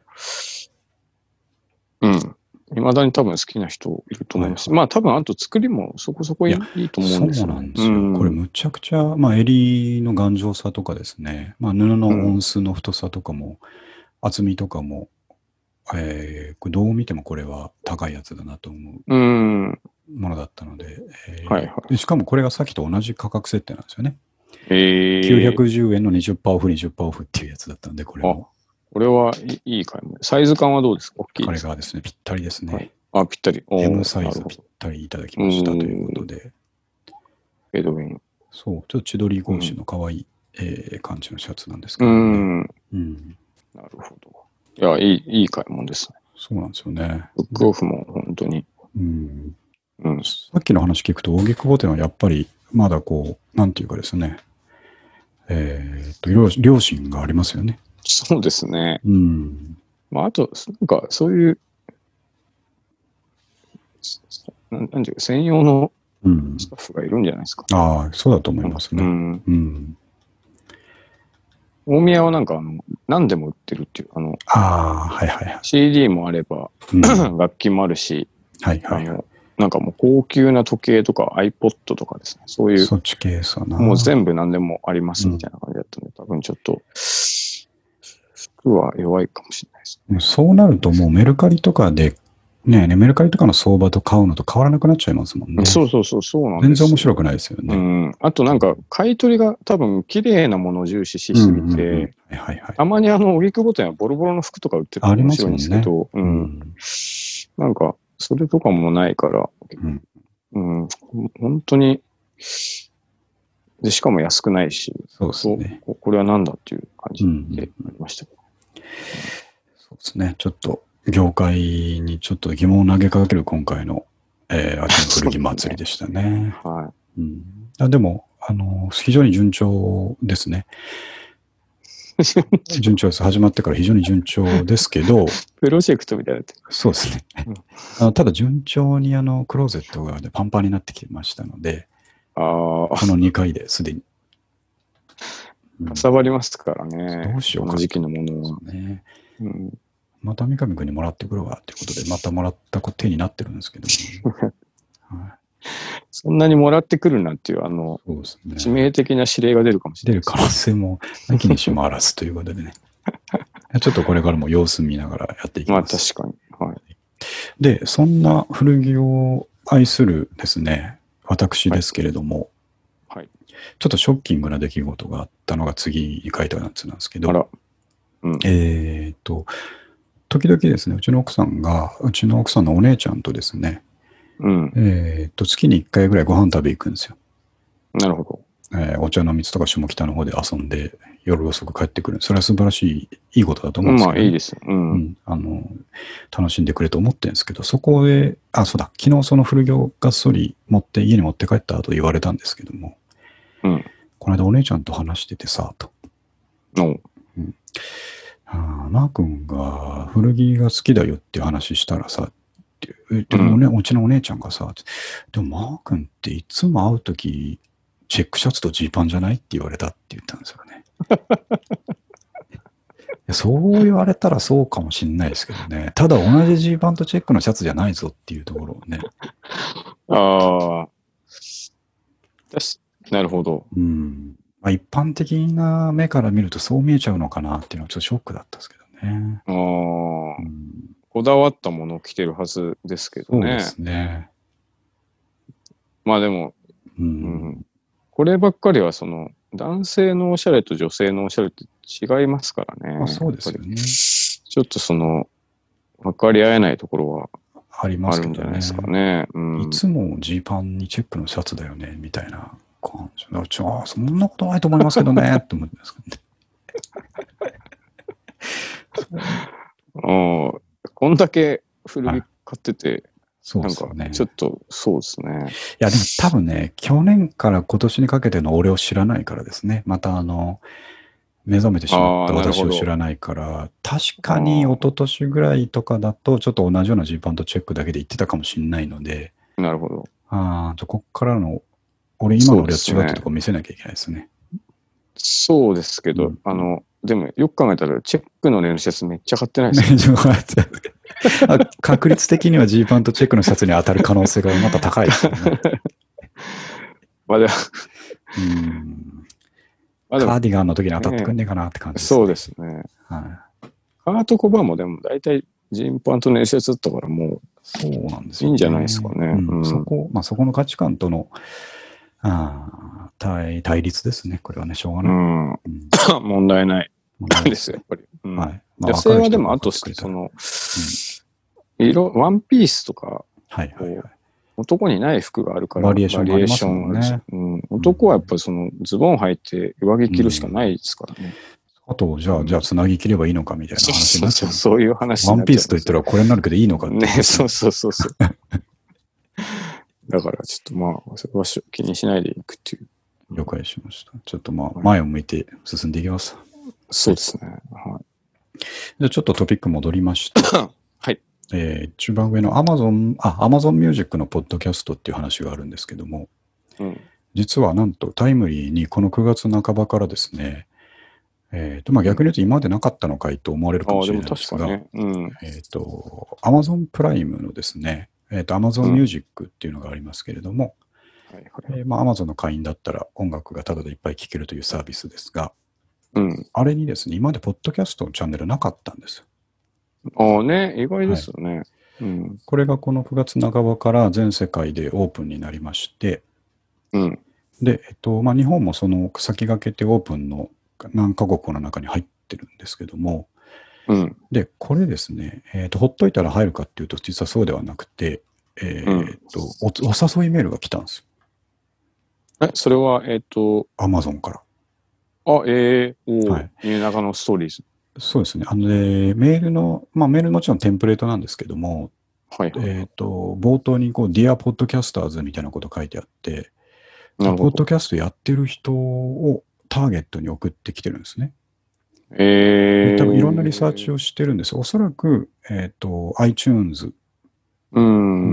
A: うん。未だに多分好きな人いると思います。はいはい、まあ多分あと作りもそこそこい い, いいと思うんですよね。そうなんですよ。うん、これむちゃくちゃ、まあ襟の頑丈さとかですね。まあ布の音数の太さとかも、うん、厚みとかも、えー、これどう見てもこれは高いやつだなと思うものだったので、えーはいはい、でしかもこれがさっきと同じ価格設定なんですよね。えー、きゅうひゃくじゅうえんの にじゅっパーセント オフ、にじゅっパーセント オフっていうやつだったんで、これも。これはいい買い物。サイズ感はどうですか？大きいですか？これがですね、ぴったりですね。はい、あ、ぴったり。エム サイズぴったりいただきましたということで。ベドウィン。そう、ちょっと千鳥格子の可愛い、うんえー、感じのシャツなんですけどね。うん。うん、なるほど。いや、いい、いい買い物ですね。 そうなんですよね。
B: ブックオフも本当に。
A: うん。うん、さっきの話聞くと、荻窪店はやっぱり、まだこう、なんていうかですね、えー、っと、良心がありますよね。
B: そうですね。
A: うん。
B: まあ、あと、なんか、そういう、ななんていうか、専用のスタッフがいるんじゃないですか。
A: うん、ああ、そうだと思いますね。
B: うん。
A: うん。
B: 大宮はなんか、あの、何でも売ってるっていう、あの、
A: ああ、はいはいはい。
B: シーディー もあれば、うん、楽器もあるし、
A: はいはい、はい。
B: あの、なんかもう高級な時計とか iPod とかですね、そういう、
A: そっち系さな。
B: もう全部何でもありますみたいな感じだったんで、うん、多分ちょっと、服は弱いかもしれないです
A: ね。そうなるともうメルカリとかで、ねえ、メルカリとかの相場と買うのと変わらなくなっちゃいますもんね。
B: そうそうそう、そうなんですよ。
A: 全然面白くないですよね。
B: うん。あとなんか、買い取りが多分綺麗なものを重視しすぎて、たまにあの、荻窪店はボロボロの服とか売ってるの面白いんですけど、うん。なんか、それとかもないから、うん、うん、本当に、で、しかも安くないし、
A: そうですね。
B: こ, これは何だっていう感じでありました、うんうん、
A: そうですね。ちょっと、業界にちょっと疑問を投げかける今回の、えー、秋の古着祭りでしたね。ね、はい。うん、あでも、あの、非常に順調ですね。順調です。始まってから非常に順調ですけど。
B: プロジェクトみたいな。
A: そうですね。うん、あのただ順調にあのクローゼットが、ね、パンパンになってきましたので、あこのにかいですでに。
B: かさばりますからね。
A: どうしようか。
B: この時期のものは。
A: ね、うん、また三上君にもらってくるわということで、またもらった手になってるんですけども、ね。
B: はい、そんなにもらってくるなんていう、あの、そうですね、致命的な指令が出るかもしれない、
A: ね。出る可能性もなきにしもあらずということでね。ちょっとこれからも様子見ながらやっていきます。
B: まあ確かに。はい。
A: で、そんな古着を愛するですね、私ですけれども、はいはい、ちょっとショッキングな出来事があったのが次に書いたやつなんですけど、あら、うん、えっと、時々ですね、うちの奥さんが、うちの奥さんのお姉ちゃんとですね、うん、えっと、月にいっかいぐらいご飯食べ行くんですよ。
B: なるほど。
A: えー、お茶の水とか下北の方で遊んで、夜遅く帰ってくる。それは素晴らしい、いいことだと思うんですけど、ね、
B: まあいいですよ。うん。うん、
A: あの、楽しんでくれと思ってるんですけど、そこで、あ、そうだ、昨日その古着をがっそり持って、家に持って帰った後言われたんですけども、うん。この間お姉ちゃんと話しててさ、と。おうん。あマー君が古着が好きだよっていう話したらさ、でもね、うん、うちのお姉ちゃんがさ、でもマー君っていつも会うとき、チェックシャツとジーパンじゃないって言われたって言ったんですよね。そう言われたらそうかもしれないですけどね。ただ同じジーパンとチェックのシャツじゃないぞっていうところをね。
B: ああ。なるほど。
A: うん。まあ、一般的な目から見るとそう見えちゃうのかなっていうのはちょっとショックだったんですけどね。
B: ああ、うん。こだわったものを着てるはずですけどね。
A: そうですね。
B: まあでも、うん、うん、こればっかりはその男性のおしゃれと女性のおしゃれって違いますからね。
A: まあ、そうですよね。
B: ちょっとその分かり合えないところは
A: ありますけどね。
B: あるんじゃないですかね。
A: うん、いつもジーパンにチェックのシャツだよねみたいな感じ。ああ、そんなことないと思いますけどねって思ってますけどね。
B: ああ、こんだけ古着買ってて、はい、そうですね、なんかちょっとそうですね。
A: いやでも多分ね、去年から今年にかけての俺を知らないからですね。またあの、目覚めてしまった私を知らないから、確かに一昨年ぐらいとかだと、ちょっと同じようなジーパンとチェックだけで言ってたかもしれないので、
B: なるほど。
A: ああ、じゃこっからの、俺、今の俺は違うってとこ見せなきゃいけないですね。
B: そうですけど、うん、あの、でもよく考えたら、チェックのねのシャツめっちゃ買ってないですね。
A: 確率的にはジーパンとチェックのシャツに当たる可能性がまた高いですよね。
B: まあでも
A: うんカーディガンの時に当たってくんねえかなって感じ
B: ですね。そうですね。はい。カートコバーもでも大体ジーパンとねシャツだったからもう、
A: そうなんですよ、ね。
B: いいんじゃないですかね。
A: うんうん、そこ、まあそこの価値観との、あ対対立ですね。これはね、しょうがない。うん
B: うん、問題ない。問題ですよ、やっぱり。うん、はいまあ、女性はでも、あと、その、うん、色、ワンピースとか、はいはいはい、男にない服があるから、
A: バリエーションがありますもんね。
B: うん、男はやっぱりそのズボン履いて上着着るしかないですからね。
A: そあと、じゃあ、じゃあ、つなぎ切ればいいのかみたいな話になっちゃう。
B: そうそう、そういう話
A: になっちゃう。ワンピースと言ったらこれになるけどいいのかって。
B: ね、そうそうそうそう。だからちょっとまあ、それは気にしないでいくっていう。
A: 了解しました。ちょっとまあ、前を向いて進んでいきます。
B: そうですね。はい。
A: じゃあちょっとトピック戻りまして。
B: はい。
A: えー、一番上の Amazon、あ、Amazon Music のポッドキャストっていう話があるんですけども、
B: うん、
A: 実はなんとタイムリーにこのくがつなかばからですね、えっ、ー、と、まあ逆に言うと今までなかったのかいと思われるかもしれないですが、
B: ね、うん、
A: えっ、ー、と、Amazon プライムのですね、えっ、ー、と、Amazon Music っていうのがありますけれども、
B: うんはいはい
A: えーまあ、Amazon の会員だったら音楽がタダでいっぱい聴けるというサービスですが、
B: うん、
A: あれにですね、今までポッドキャストのチャンネルなかったんですよ。
B: ああね、意外ですよね、はい
A: うん。これがこのくがつなかばから全世界でオープンになりまして、
B: うん、
A: で、えっと、まあ、日本もその先駆けてオープンの何カ国の中に入ってるんですけども、
B: うん、
A: で、これですね、えっと、ほっといたら入るかっていうと、実はそうではなくて、えー、っと、うん、お、お誘いメールが来たんです
B: よ。え、それは、えっ、ー、と、
A: Amazon から。
B: あ、ええー、お
A: はい。
B: ニューナカのストーリーズ。
A: そうですね。あので、メールの、まあメールもちろんテンプレートなんですけども、
B: はいはい、はい、
A: えっ、ー、と、冒頭にこう、Dear Podcasters みたいなこと書いてあって、ポッドキャストやってる人をターゲットに送ってきてるんですね。
B: えー、
A: 多分いろんなリサーチをしてるんです。おそらく、えっ、ー、と、iTunes、
B: うん、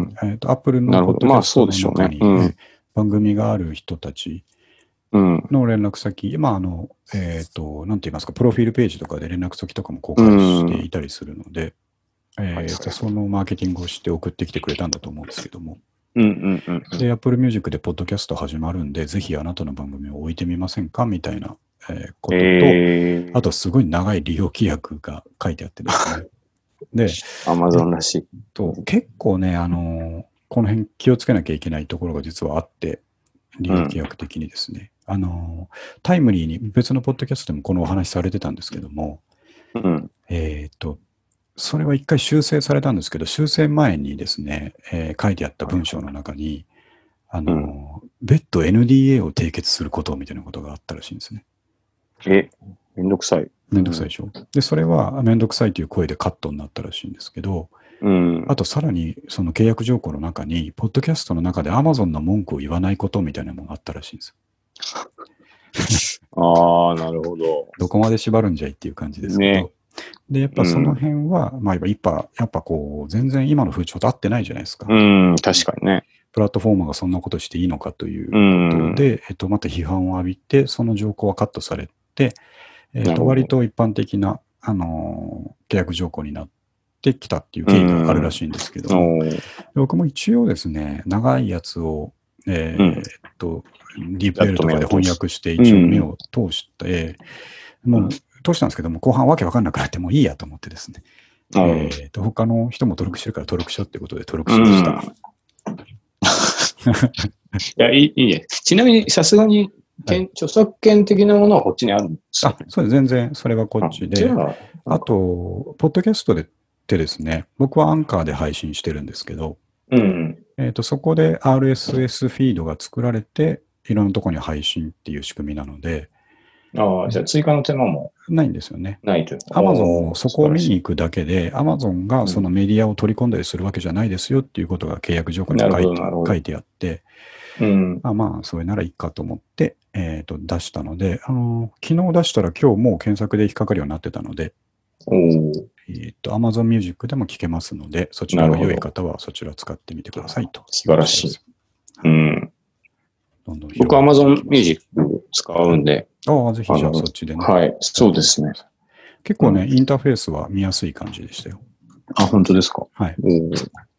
A: えっ、ー、と、Apple のポッドキャストの中に、
B: まあねうん、
A: 番組がある人たちの連絡先、まあ、あの、えっ、ー、と、なんて言いますか、プロフィールページとかで連絡先とかも公開していたりするので、うん、えーと、そのマーケティングをして送ってきてくれたんだと思うんですけども。
B: うんうんうんうん、
A: で、Apple Music でポッドキャスト始まるんで、ぜひあなたの番組を置いてみませんかみたいな、えー、ことと、えー、あとすごい長い利用規約が書いてあってですね。で、
B: Amazon らしい。
A: と結構ね、あの、この辺気をつけなきゃいけないところが実はあって、利用規約的にですね、うん、あの、タイムリーに別のポッドキャストでもこのお話されてたんですけども、
B: うん、
A: えっと、それは一回修正されたんですけど、修正前にですね、えー、書いてあった文章の中に、あの、うん、別途 エヌディーエー を締結することみたいなことがあったらしいんですね。
B: え、めんどくさい。
A: めんどくさいでしょ。うん、で、それはめんどくさいという声でカットになったらしいんですけど、
B: うん、
A: あとさらにその契約条項の中に、ポッドキャストの中で Amazon の文句を言わないことみたいなものがあったらしいんですよ。
B: ああ、なるほど。
A: どこまで縛るんじゃいっていう感じですけど、ね、で、やっぱその辺は、うん、まあ、やっぱ、やっぱこう、全然今の風潮と合ってないじゃないですか。
B: うん、確かにね。
A: プラットフォーマーがそんなことしていいのかということで、うん、えっと、また批判を浴びて、その条項はカットされて、えっと、割と一般的な、あのー、契約条項になってきたっていう経緯があるらしいんですけども、うん、僕も一応ですね、長いやつを、えーうん、えっと、ディープ L とかで翻訳して一応目を通して、うん、もう通したんですけども、後半わけわかんなくなってもういいやと思ってですね、うん、えー、と他の人も登録してるから登録しようっていうことで登録しました。うん、
B: いや、いい、いいね。ちなみにさすがに、はい、著作権的なものはこっちにあるんですか？
A: あ、そうです。全然それがこっちで。あ, あと、ポッドキャストでってですね、僕はアンカーで配信してるんですけど、
B: うん
A: えー、とそこで アールエスエス フィードが作られて、いろんなところに配信っていう仕組みなので、
B: ああ、じゃあ追加の手間も
A: ないんですよね。
B: ないという。
A: Amazon もそこを見に行くだけで、Amazon がそのメディアを取り込んだりするわけじゃないですよっていうことが契約条項に書いて、書いてあって、
B: うん、
A: あまあ、それならいいかと思って、えー、と出したので、あのー、昨日出したら今日もう検索で引っかかるようになってたので、
B: お
A: えー、と Amazon Music でも聞けますので、そちらが良い方はそちらを使ってみてくださいと。
B: 素晴らしい。うん。
A: どんどん
B: 僕 Amazon Music 使うんで。
A: ああ、ぜひじゃあそっちでね。
B: はい、そうですね。
A: 結構ね、うん、インターフェースは見やすい感じでしたよ。
B: あ、本当ですか。
A: はい。
B: お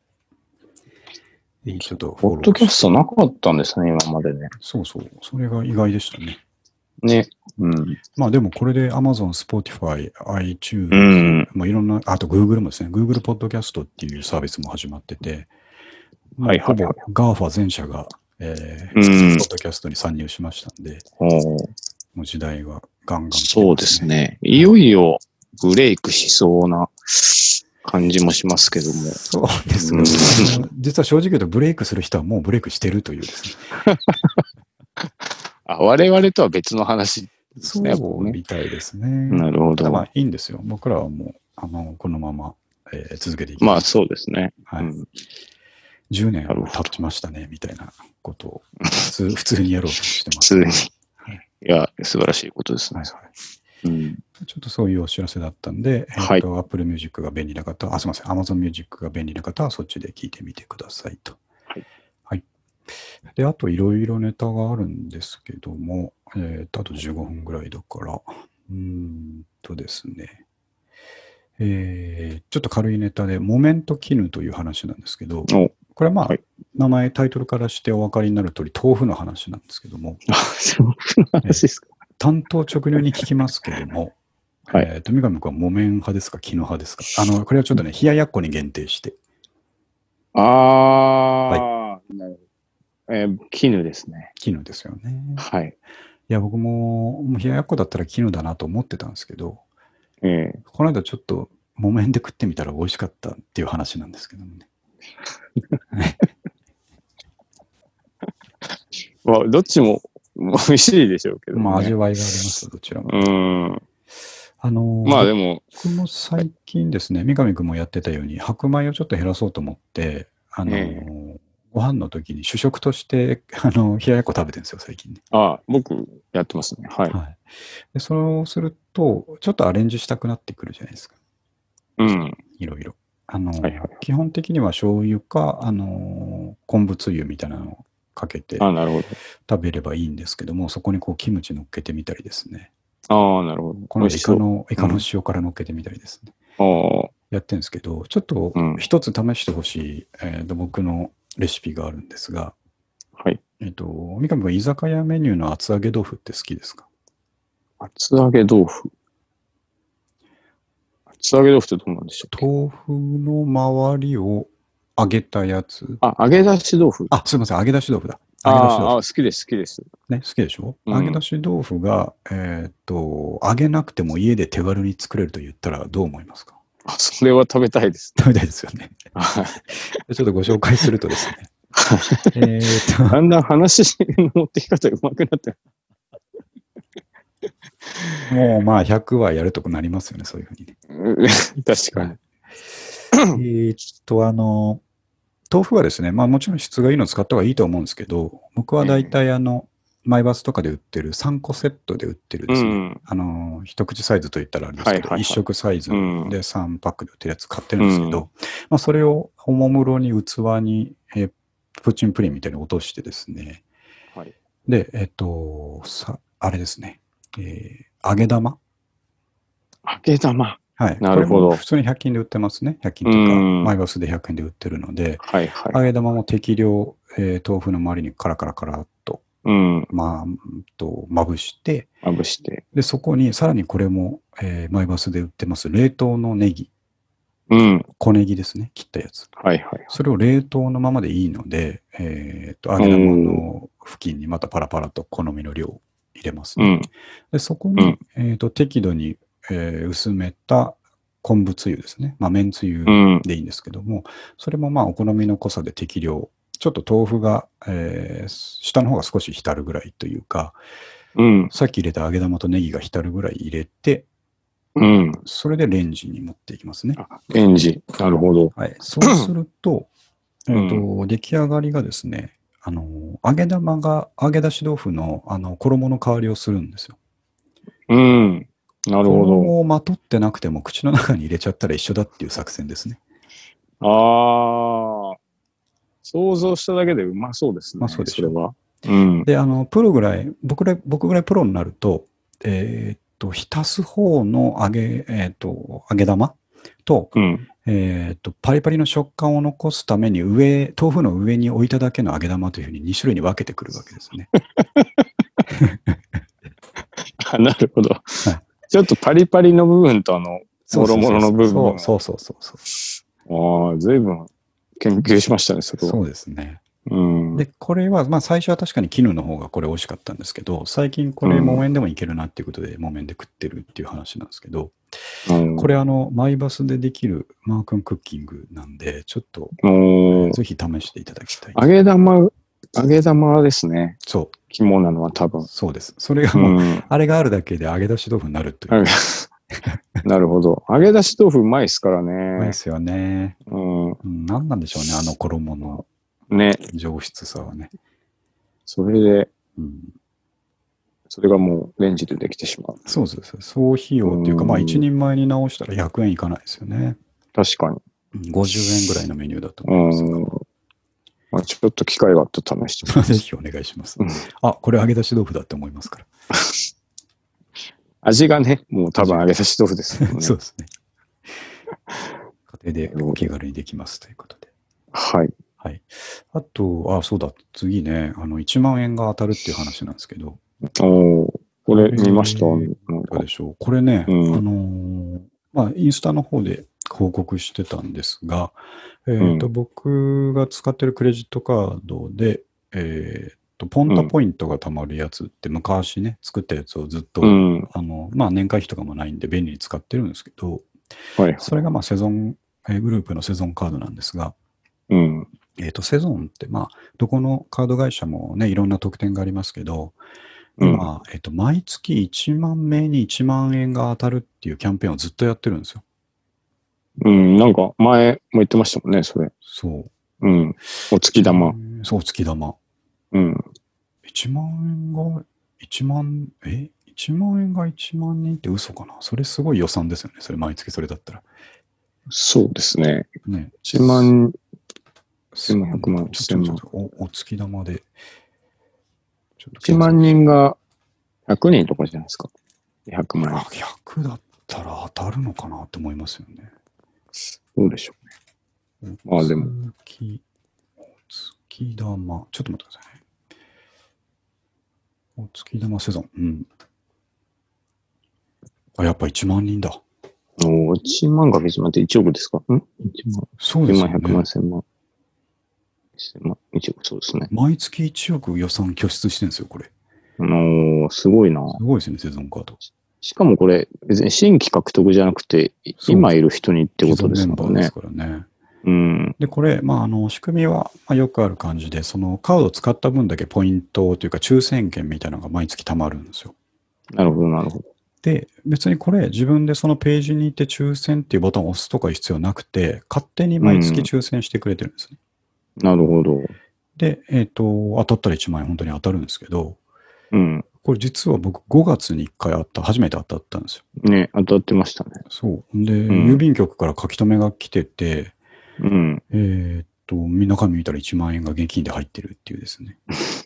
A: ちょっと
B: ポッドキャストなかったんですね、今までね。
A: そうそう。それが意外でしたね。
B: ね。うん。
A: まあでもこれで Amazon、Spotify、iTunes、
B: うん、
A: もういろんな、あと Google もですね、Google ポッドキャストっていうサービスも始まってて、
B: はいはいはい、
A: ほぼ ガーファ 全社が、えー
B: うん、
A: ポッドキャストに参入しましたんで、もう時代はガンガン、ね、
B: そうですね。いよいよブレイクしそうな感じもしますけども。
A: そうですね。うん、実は正直言うとブレイクする人はもうブレイクしてるというですね。
B: あ、我々とは別の話ですね。
A: そうみたいですね。
B: なるほど。
A: まあいいんですよ。僕らはもう、あの、このまま、えー、続けていき
B: まあそうですね。
A: はい。うん、じゅうねん経ちましたね、みたいなことを普通、普通にやろうとしてます、
B: ね。普通に。はい。いや、素晴らしいことですね。はいはい。
A: うん、ちょっとそういうお知らせだったんで、はい、えっと、Apple Music が便利な方は、あ、すみません、Amazon Music が便利な方はそっちで聞いてみてくださいと。はい。はい。で、あといろいろネタがあるんですけども、えっと、あとじゅうごふんぐらいだから、うーんとですね、えー、ちょっと軽いネタで、モメント絹という話なんですけど、これはまあ、はい、名前、タイトルからしてお分かりになる通り、豆腐の話なんですけども、
B: あ、豆腐の話ですか。
A: 単刀直入に聞きますけども、はい、えー、と、三上君は木綿派ですか、絹派ですか。あの、これはちょっとね、冷ややっこに限定して。
B: ああ、はい、なるほど。えー、絹ですね。
A: 絹ですよね。
B: はい。
A: いや、僕も、もう冷ややっこだったら絹だなと思ってたんですけど、
B: えー、
A: この間ちょっと木綿で食ってみたら美味しかったっていう話なんですけどもね。
B: まあ、どっちも美味しいでしょうけど、ね。
A: まあ、味わいがありますよ、どちらも。
B: うん。
A: あのー、
B: まあでも。
A: 僕も最近ですね、三上君もやってたように、白米をちょっと減らそうと思って、あのーえー、ご飯の時に主食として、あのー、冷ややっこ食べてるんですよ、最近ね。
B: ああ、僕やってますね。はい。はい、
A: でそうすると、ちょっとアレンジしたくなってくるじゃないですか。
B: うん。
A: いろいろ。あのー、はいはい、基本的には醤油か、あのー、昆布つゆみたいなのをかけて食べればいいんですけども、そこにこうキムチ乗っけてみたりですね。
B: ああ、なるほど。
A: このイカの、イカの塩辛乗っけてみたりですね。うん、やってるんですけど、ちょっと一つ試してほしい、うん、えーと、僕のレシピがあるんですが、
B: はい。
A: えっと、三上君、居酒屋メニューの厚揚げ豆腐って好きですか？
B: 厚揚げ豆腐。厚揚げ豆腐ってどうなんでしょう？
A: 豆腐の周りを揚げたやつ。
B: あ、揚げ出し豆腐。
A: あ、すいません、揚げ出し豆腐だ。
B: 揚げ出し豆腐。ああ、好きです、好きです。
A: ね、好きでしょ、うん、揚げ出し豆腐が、えー、っと、揚げなくても家で手軽に作れると言ったらどう思いますか？
B: あ、それは食べたいです。
A: 食べたいですよね。ちょっとご紹介するとですね。
B: えっと。だんだん話の持ってき方うまくなって。
A: もうまあひゃくはやるとこなりますよね、そういうふうにね。
B: 確かに。
A: えっと、あの、豆腐はですね、まあもちろん質がいいのを使った方がいいと思うんですけど、僕は大体あの、マイバスとかで売ってるさんこセットで売ってるですね、うん、あの、一口サイズといったらあれですけど、はいはいはい、一食サイズでさんパックで売ってるやつ買ってるんですけど、うん、まあそれをおもむろに器に、えー、プーチンプリンみたいに落としてですね、はい、で、えっと、さ、あれですね、えー、揚げ玉
B: 揚げ玉
A: はい。なるほど。普通にひゃく均で売ってますね。ひゃく均とか、マイバスでひゃくえんで売ってるので、はいはい、揚げ玉も適量、えー、豆腐の周りにカラカラカラっと、うん、まあ、と、まぶして、
B: まぶして。
A: で、そこに、さらにこれも、えー、マイバスで売ってます、冷凍のネギ。
B: うん。
A: 小ネギですね。切ったやつ。
B: はいはい。
A: それを冷凍のままでいいので、えっと、揚げ玉の付近にまたパラパラと好みの量入れますね。うん、で、そこに、うん、えっと、適度に、えー、薄めた昆布つゆですね。まあ、麺つゆでいいんですけども、うん、それもまあ、お好みの濃さで適量。ちょっと豆腐が、えー、下の方が少し浸るぐらいというか、うん、さっき入れた揚げ玉とネギが浸るぐらい入れて、うん、それでレンジに持っていきますね。
B: レンジ。なるほど。
A: はい。そうすると、えっと、うん、出来上がりがですね、あの、揚げ玉が揚げ出し豆腐の、あの、衣の代わりをするんですよ。
B: うん。なるほど。
A: 衣をまとってなくても口の中に入れちゃったら一緒だっていう作戦ですね。
B: ああ。想像しただけでうまそうですね。
A: まあそうでしょう。
B: それは。うん。
A: で、あの、プロぐらい、僕ら、僕ぐらいプロになると、えー、っと、浸す方の揚げ、えー、っと、揚げ玉と、うん、えー、っと、パリパリの食感を残すために上、豆腐の上に置いただけの揚げ玉というふうにに種類に分けてくるわけですね。
B: あ、なるほど、はい。ちょっとパリパリの部分とあの、もろもろの部分。
A: そうそうそうそう
B: そう。ああ、随分研究しましたね、それは。
A: そうですね。
B: うん、
A: で、これは、まあ最初は確かに絹の方がこれ美味しかったんですけど、最近これ木綿でもいけるなっていうことで木綿で食ってるっていう話なんですけど、うん、これあの、マイバスでできるマー君クッキングなんで、ちょっと、えー、ぜひ試していただきたい。
B: 揚げ玉揚げ玉ですね。
A: そう。
B: 肝なのは多分。
A: そうです。それがもう、うん、あれがあるだけで揚げ出し豆腐になるという。
B: なるほど。揚げ出し豆腐うまいですからね。
A: うまいですよね。
B: うん。うん、
A: 何なんでしょうね、あの衣の
B: ね。
A: 上質さはね。
B: それで、うん、それがもうレンジでできてしまう。
A: そうです。総費用っていうか、まあ一人前に直したらひゃくえんいかないですよね。
B: 確か
A: に。ごじゅうえんぐらいのメニューだと思いますが。
B: まあ、ちょっと機会があったら試してみます。
A: ぜひお願いします。あ、これ揚げ出し豆腐だって思いますから。
B: 味がね、もう多分揚げ出し豆腐ですよね。
A: そうですね。家庭でお気軽にできますということで。
B: はい。
A: はい。あと、あ、そうだ、次ね、あの、いちまんえんが当たるっていう話なんですけど。
B: おー、これ見ました。
A: なんかでしょう。これね、うん、あのー、まあ、インスタの方で報告してたんですが、えっ、ー、と、うん、僕が使ってるクレジットカードで、えっ、ー、と、ポンタポイントが貯まるやつって昔ね、作ったやつをずっと、うん、あの、まあ、年会費とかもないんで便利に使ってるんですけど、はい、それがまあ、セゾン、えー、グループのセゾンカードなんですが、うん、えっと、セゾンって、まあ、どこのカード会社もね、いろんな特典がありますけど、今、うん、えっと、毎月いちまんめいにいちまんえんが当たるっていうキャンペーンをずっとやってるんですよ。
B: うん、なんか前も言ってましたもんね、それ。
A: そう。
B: うん。お月玉。
A: そう、お月玉。うん。いちまんえんがいちまん、え ?いちまんえんがいちまんにんって嘘かな？それすごい予算ですよね。それ毎月それだったら。
B: そうですね。ね。いちまん、せんまん、ひゃくまん、
A: ちょっとお、お月玉で。
B: ちょっといちまんにんがひゃくにんとかじゃないですか。ひゃくまん。
A: ひゃくだったら当たるのかなって思いますよね。
B: そうでしょうね。まあでも。
A: お月、お月玉。ちょっと待ってくださいね。お月玉セゾン。うん。あ、やっぱいちまんにんだ。
B: おいちまんがいちまんっていちおくですか？ん ?いち 万。
A: そうですね。
B: ひゃくまん、せんまん。せんまん、いちおく、そうですね。
A: 毎月いちおく予算拠出してるんですよ、これ。
B: おー、すごいな。
A: すごいですね、セゾンカード。
B: しかもこれ、別に新規獲得じゃなくて、今いる人にってことですもんね。メンバーです
A: からね。
B: うん、
A: で、これ、まあ、あの、仕組みは、まあ、よくある感じで、そのカードを使った分だけポイントというか、抽選券みたいなのが毎月貯まるんですよ。
B: なるほど、なるほど。
A: で、別にこれ、自分でそのページに行って抽選っていうボタンを押すとか必要なくて、勝手に毎月抽選してくれてるんですね。
B: うん、なるほど。
A: で、えっと、当たったらいちまんえん本当に当たるんですけど、
B: うん。
A: これ実は僕ごがつにいっかいあった、初めて当たったんですよ。
B: ね、当たってましたね。
A: そう。で、うん、郵便局から書き留めが来てて、
B: うん。
A: えー、っと、中身見たらいちまんえんが現金で入ってるっていうですね。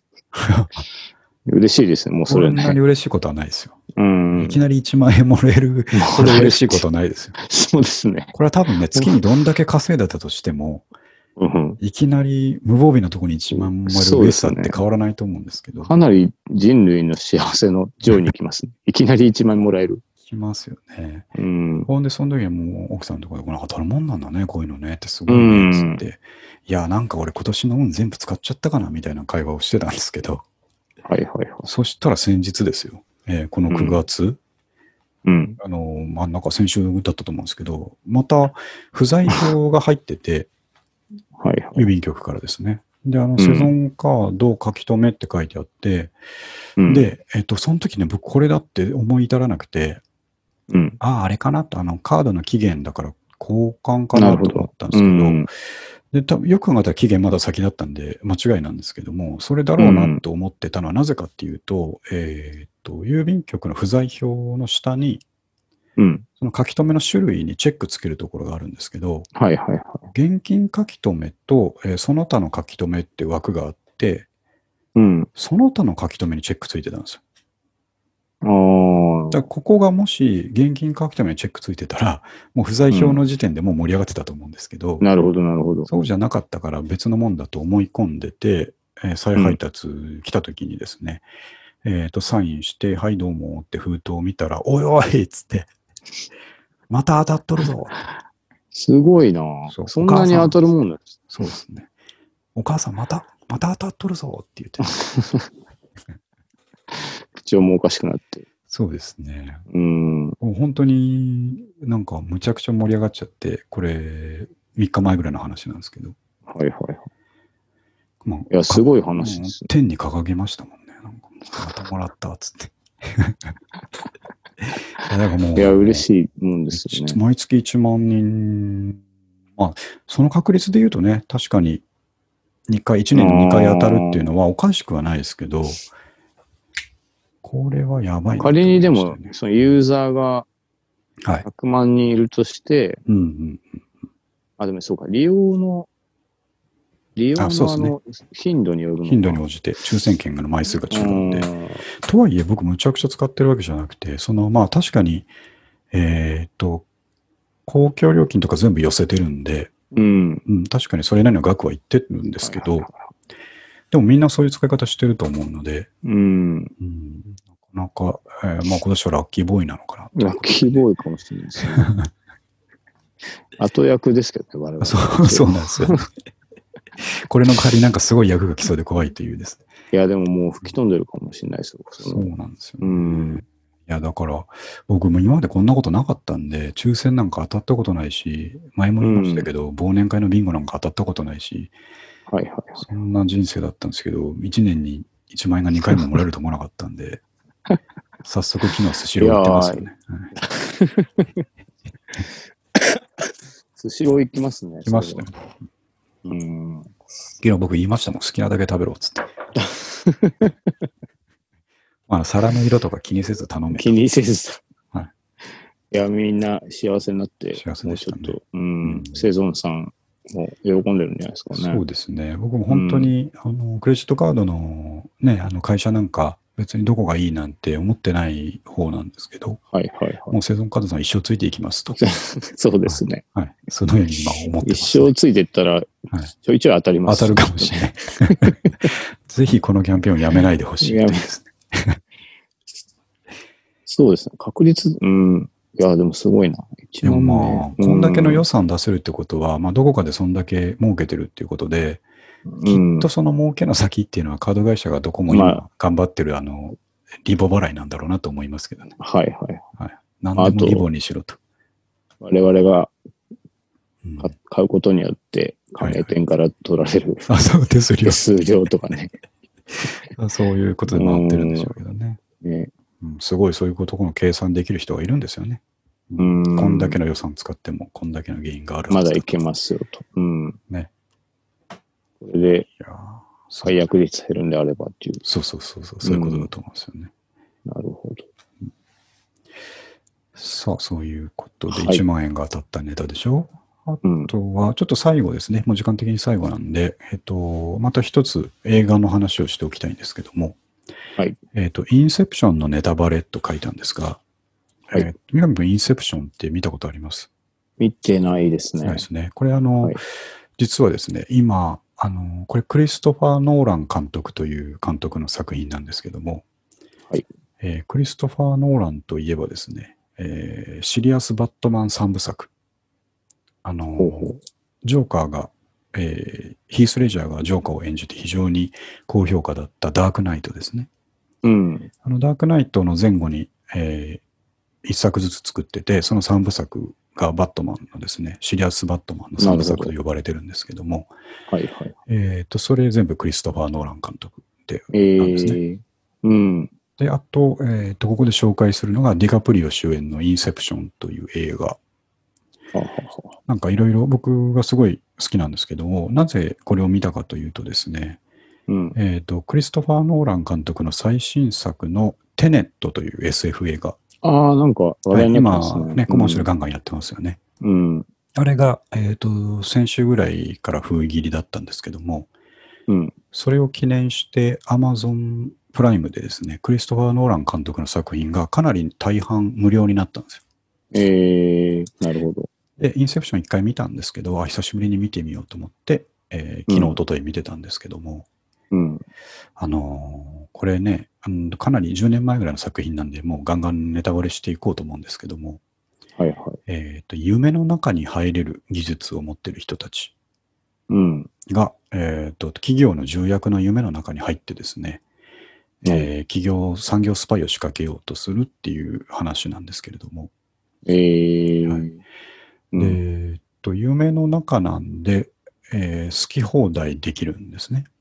B: 嬉しいですね、もうそれね。
A: こんなに嬉しいことはないですよ。
B: うん。
A: いきなりいちまんえんもらえる、これ嬉しいことはないですよ。
B: そうですね。
A: これは多分ね、月にどんだけ稼いだったとしても、うん、いきなり無防備のところにいちまんもらえる嬉しさって変わらないと思うんですけど。
B: かなり人類の幸せの上位に来ますね。いきなりいちまんもらえる。
A: きますよね。
B: うん。
A: ほんで、その時はもう奥さんのところで、これ当たるもんなんだね、こういうのねってすごいね、つって。うん、いや、なんか俺今年の運全部使っちゃったかな、みたいな会話をしてたんですけど。
B: はいはいはい。
A: そしたら先日ですよ。えー、このくがつ。
B: うん。
A: あの、まあ、なんか先週だったと思うんですけど、また不在票が入ってて、
B: はいはい、
A: 郵便局からですね。で、あの、セゾンカード書き留めって書いてあって、うん、で、えっと、その時ね、僕これだって思い至らなくて、うん、ああ、あれかなと、あの、カードの期限だから交換かなと思ったんですけど、どうん、で、多分よく考えたら期限まだ先だったんで、間違いなんですけども、それだろうなと思ってたのはなぜかっていうと、うん、えっと、郵便局の不在票の下に、うん、その書き留めの種類にチェックつけるところがあるんですけど、
B: はいはいはい。
A: 現金書き留めと、えー、その他の書き留めって枠があって、うん、その他の書き留めにチェックついてたんですよ。あだここがもし現金書き留めにチェックついてたら、もう不在票の時点でもう盛り上がってたと思うんですけど、
B: うん、なるほどなるほど。
A: そうじゃなかったから別のもんだと思い込んでて、えー、再配達来た時にですね、うん、えっと、サインして、はいどうもって封筒を見たら、おいおいっつって、また当たっとるぞ。
B: すごいなぁ。そんなに当たるもんだ。
A: そうですね。お母さんまた、また当たっとるぞって言って。
B: 口調もおかしくなって。
A: そうですね。
B: うん。
A: もう本当になんかむちゃくちゃ盛り上がっちゃって、これみっかまえぐらいの話なんですけど。
B: はいはいはい。
A: まあ、
B: いや、すごい話です、ね。
A: 天に掲げましたもんね。なんかまたもらったっつって。いや、だからもう。
B: いや、嬉しいもんですよね。
A: 毎月いちまんにん。まあ、その確率で言うとね、確かににかい、いちねんににかい当たるっていうのはおかしくはないですけど、これはやばいなと思いましたね。
B: 仮にでも、そのユーザーがひゃくまんにんいるとして、はい、うんうん、あ、でもそうか、利用の、利用のあの頻度によるのか。
A: 頻度に応じて抽選券の枚数が違うんで。とはいえ僕むちゃくちゃ使ってるわけじゃなくて、そのまあ確かに、えー、っと、公共料金とか全部寄せてるんで、
B: うん
A: うん、確かにそれなりの額は言ってるんですけど、でもみんなそういう使い方してると思うので、
B: うん、
A: うん、なかなか、えー、まあ今年はラッキーボーイなのかな。
B: ラッキーボーイかもしれないですね。後役ですけどね、我々。
A: そう、そうなんですよ、ね。これの代わりなんかすごい役が来そうで怖いというですね。
B: いや、でももう吹き飛んでるかもしれないですよ。
A: そうなんですよ、ね。うんいや、だから、僕も今までこんなことなかったんで、抽選なんか当たったことないし、前も言いましたけど、うん、忘年会のビンゴなんか当たったことないし、
B: はいはいはい、
A: そんな人生だったんですけど、いちねんにいちまん円がにかいももらえると思わなかったんで、早速昨日スシロー行ってますよね。
B: スシロー行きますね。
A: 行きましたよ。うん。昨日僕言いましたもん、好きなだけ食べろっつって。まあ、皿の色とか気にせず頼め。
B: 気にせず。
A: はい。
B: いや、みんな幸せになって、
A: 幸せでしたね。
B: もうちょっと、うん、生存さんも喜んでるんじゃないですかね。
A: そうですね。僕も本当に、うん、あの、クレジットカードのね、あの会社なんか、別にどこがいいなんて思ってない方なんですけど、
B: はいはいはい。
A: もう生存カードさん一生ついていきますと。
B: そうですね。
A: はい。はい、そのように今思ってます、ね。
B: 一生ついていったら、ちょいちょい当たります。
A: 当たるかもしれない。ぜひこのキャンペーンをやめないでほしいですね。
B: そうですね。確率、うん。いや、でもすごいな。
A: でもまあ、こんだけの予算出せるってことは、まあ、どこかでそんだけ儲けてるっていうことで、きっとその儲けの先っていうのはカード会社がどこも今頑張ってるあの、リボ払いなんだろうなと思いますけどね。
B: はいはい。
A: はい。何でもリボにしろと。
B: 我々が買うことによって、加盟店から取られる、
A: あ、そう手数料。
B: 手数料とかね。
A: そういうことで回ってるんでしょうけどね。ねうん、すごいそういうことの計算できる人がいるんですよね。うん、こんだけの予算使っても、こんだけの原因がある
B: まだいけますよと。うん。
A: ね。
B: これで、最悪率減るんであればっていう。
A: そうそうそうそう、そういうことだと思うんですよね。
B: うん、なるほど。
A: さあ、そういうことでいちまん円が当たったネタでしょ、はい、あとは、ちょっと最後ですね。もう時間的に最後なんで、えっと、また一つ映画の話をしておきたいんですけども、
B: はい。
A: えっと、インセプションのネタバレと書いたんですが、はい。えー、三上君、インセプションって見たことあります？
B: 見てないですね。
A: ないですね。これあの、はい、実はですね、今、あの、これクリストファー・ノーラン監督という監督の作品なんですけども、
B: はい。
A: えー、クリストファー・ノーランといえばですね、えー、シリアス・バットマンさんぶさく。あの、ほうほうジョーカーが、えー、ヒース・レジャーがジョーカーを演じて非常に高評価だったダークナイトですね。
B: うん。
A: あの、ダークナイトの前後に、えー、一作ずつ作ってて、その三部作がバットマンのですね、シリアス・バットマンの三部作と呼ばれてるんですけども、
B: はいはい。
A: えっと、それ全部クリストファー・ノーラン監督でなんですね。えー、
B: うん。
A: で、あと、えっと、ここで紹介するのがディカプリオ主演のインセプションという映画。なんかいろいろ僕がすごい好きなんですけども、なぜこれを見たかというとですね、うん、えっと、クリストファー・ノーラン監督の最新作のテネットという エスエフ 映画。
B: ああ、なんか話題になってますね。
A: はい、今ね、コマーシャルガンガンやってますよね。
B: うん。
A: あれが、えっと、先週ぐらいから封切りだったんですけども、
B: うん、
A: それを記念して Amazon プライムでですね、クリストファー・ノーラン監督の作品がかなり大半無料になったんですよ。
B: えー、なるほど。
A: で、インセプション一回見たんですけど、あ、久しぶりに見てみようと思って、えー、昨日、おととい見てたんですけども、
B: うん、
A: あのー、これねあの、かなりじゅうねんまえぐらいの作品なんで、もうガンガンネタバレしていこうと思うんですけども、
B: はいはい。
A: えっと、夢の中に入れる技術を持ってる人たち
B: うん、
A: が、えっと、企業の重役の夢の中に入ってですね、うん、えー、企業、産業スパイを仕掛けようとするっていう話なんですけれども、
B: えー、
A: はい。で、うん、えっと、夢の中なんで、えー、好き放題できるんですね。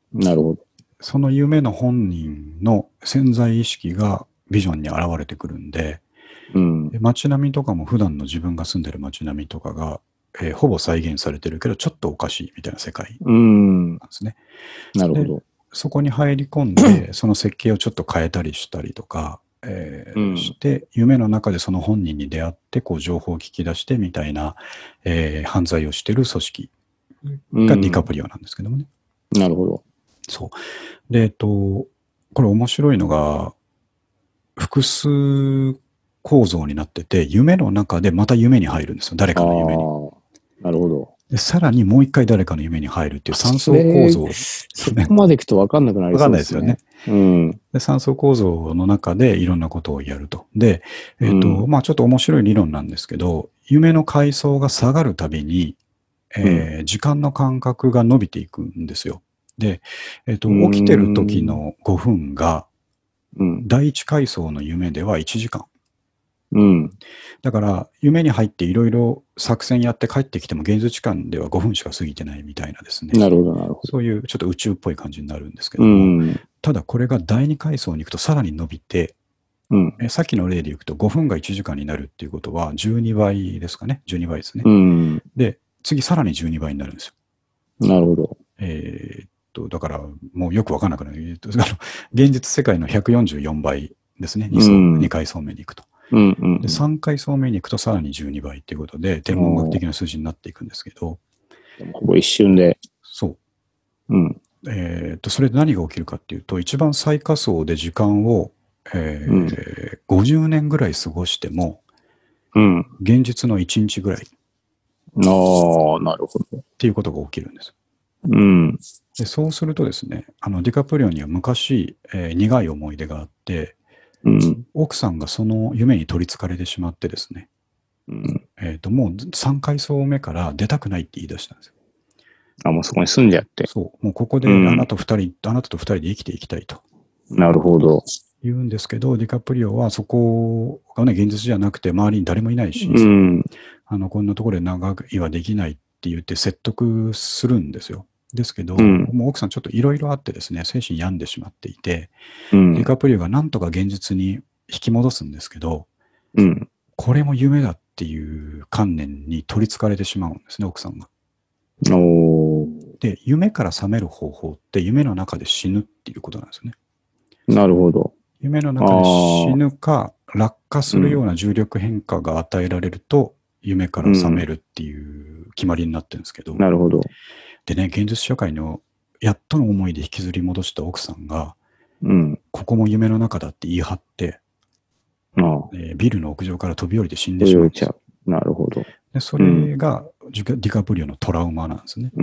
B: なるほど。
A: その夢の本人の潜在意識がビジョンに現れてくるんで、うん、街並みとかも普段の自分が住んでる街並みとかが、えー、ほぼ再現されてるけど、ちょっとおかしいみたいな世界なんですね。
B: うん、なるほど。
A: そこに入り込んで、その設計をちょっと変えたりしたりとか、えーうん、して、夢の中でその本人に出会って、こう情報を聞き出してみたいな、えー、犯罪をしてる組織がディカプリオなんですけどもね。
B: うん、なるほど。
A: そう。で、えっと、これ面白いのが、複数構造になってて、夢の中でまた夢に入るんですよ。誰かの夢に。
B: なるほど。
A: で、さらにもう一回誰かの夢に入るっていう三層構造、
B: ね。そこまでいくと分かんなくなりそうですね。
A: 分かんないですよね。うん。で、三層構造の中でいろんなことをやると。で、えっと、うん、まあちょっと面白い理論なんですけど、夢の階層が下がるたびに、えーうん、時間の間隔が伸びていくんですよ。で、えっと、起きてる時のごふんが、うん、第一階層の夢ではいちじかん。うん、だから、夢に入っていろいろ作戦やって帰ってきても、現実時間ではごふんしか過ぎてないみたいなですね。
B: なるほど、なるほど。
A: そういうちょっと宇宙っぽい感じになるんですけども、うん、ただこれが第二階層に行くとさらに伸びて、うん、えさっきの例でいくとごふんがいちじかんになるっていうことはじゅうにばいですかね。じゅうにばいですね。うん、で、次さらにじゅうにばいになるんです
B: よ。なるほど。
A: えー、っと、だからもうよくわかんなくなる。現実世界のひゃくよんじゅうよんばいですね。に層、うん、に階層目に行くと。うんうんうん、でさん階層目に行くとさらにじゅうにばいということで、天文学的な数字になっていくんですけど。
B: ほぼ一瞬で。
A: そう。うん。えー、っと、それで何が起きるかっていうと、一番最下層で時間を、えーうん、ごじゅうねんぐらい過ごしても、うん、現実のいちにちぐらい。
B: ああ、なるほど。
A: っていうことが起きるんです。
B: うん。
A: でそうするとですね、あのディカプリオには昔、えー、苦い思い出があって、うん、奥さんがその夢に取りつかれてしまってですね、うん、えっと、もうさん階層目から出たくないって言い出したんですよ。
B: あ、もうそこに住んじゃって。
A: そう。もうここであなた二人、うん、あなたと二人で生きていきたいと。
B: なるほど。
A: 言うんですけど、ディカプリオはそこがね、現実じゃなくて周りに誰もいないし、
B: うん、
A: あの、こんなところで長居はできないって言って説得するんですよ。ですけど、うん、もう奥さんちょっといろいろあってですね、精神病んでしまっていて、うん、ディカプリオがなんとか現実に引き戻すんですけど、うん、これも夢だっていう観念に取りつかれてしまうんですね、奥さんが。
B: お
A: で、夢から覚める方法って夢の中で死ぬっていうことなんですよね。
B: なるほど。
A: 夢の中で死ぬか、落下するような重力変化が与えられると、夢から覚めるっていう決まりになってるんですけど、
B: うん、なるほど。
A: でね、現実社会のやっとの思いで引きずり戻した奥さんが、うん、ここも夢の中だって言い張って、ああえー、ビルの屋上から飛び降りて死んでしまうんですよ。
B: なるほど。
A: でそれが、うん、ディカプリオのトラウマなんですね。
B: うん、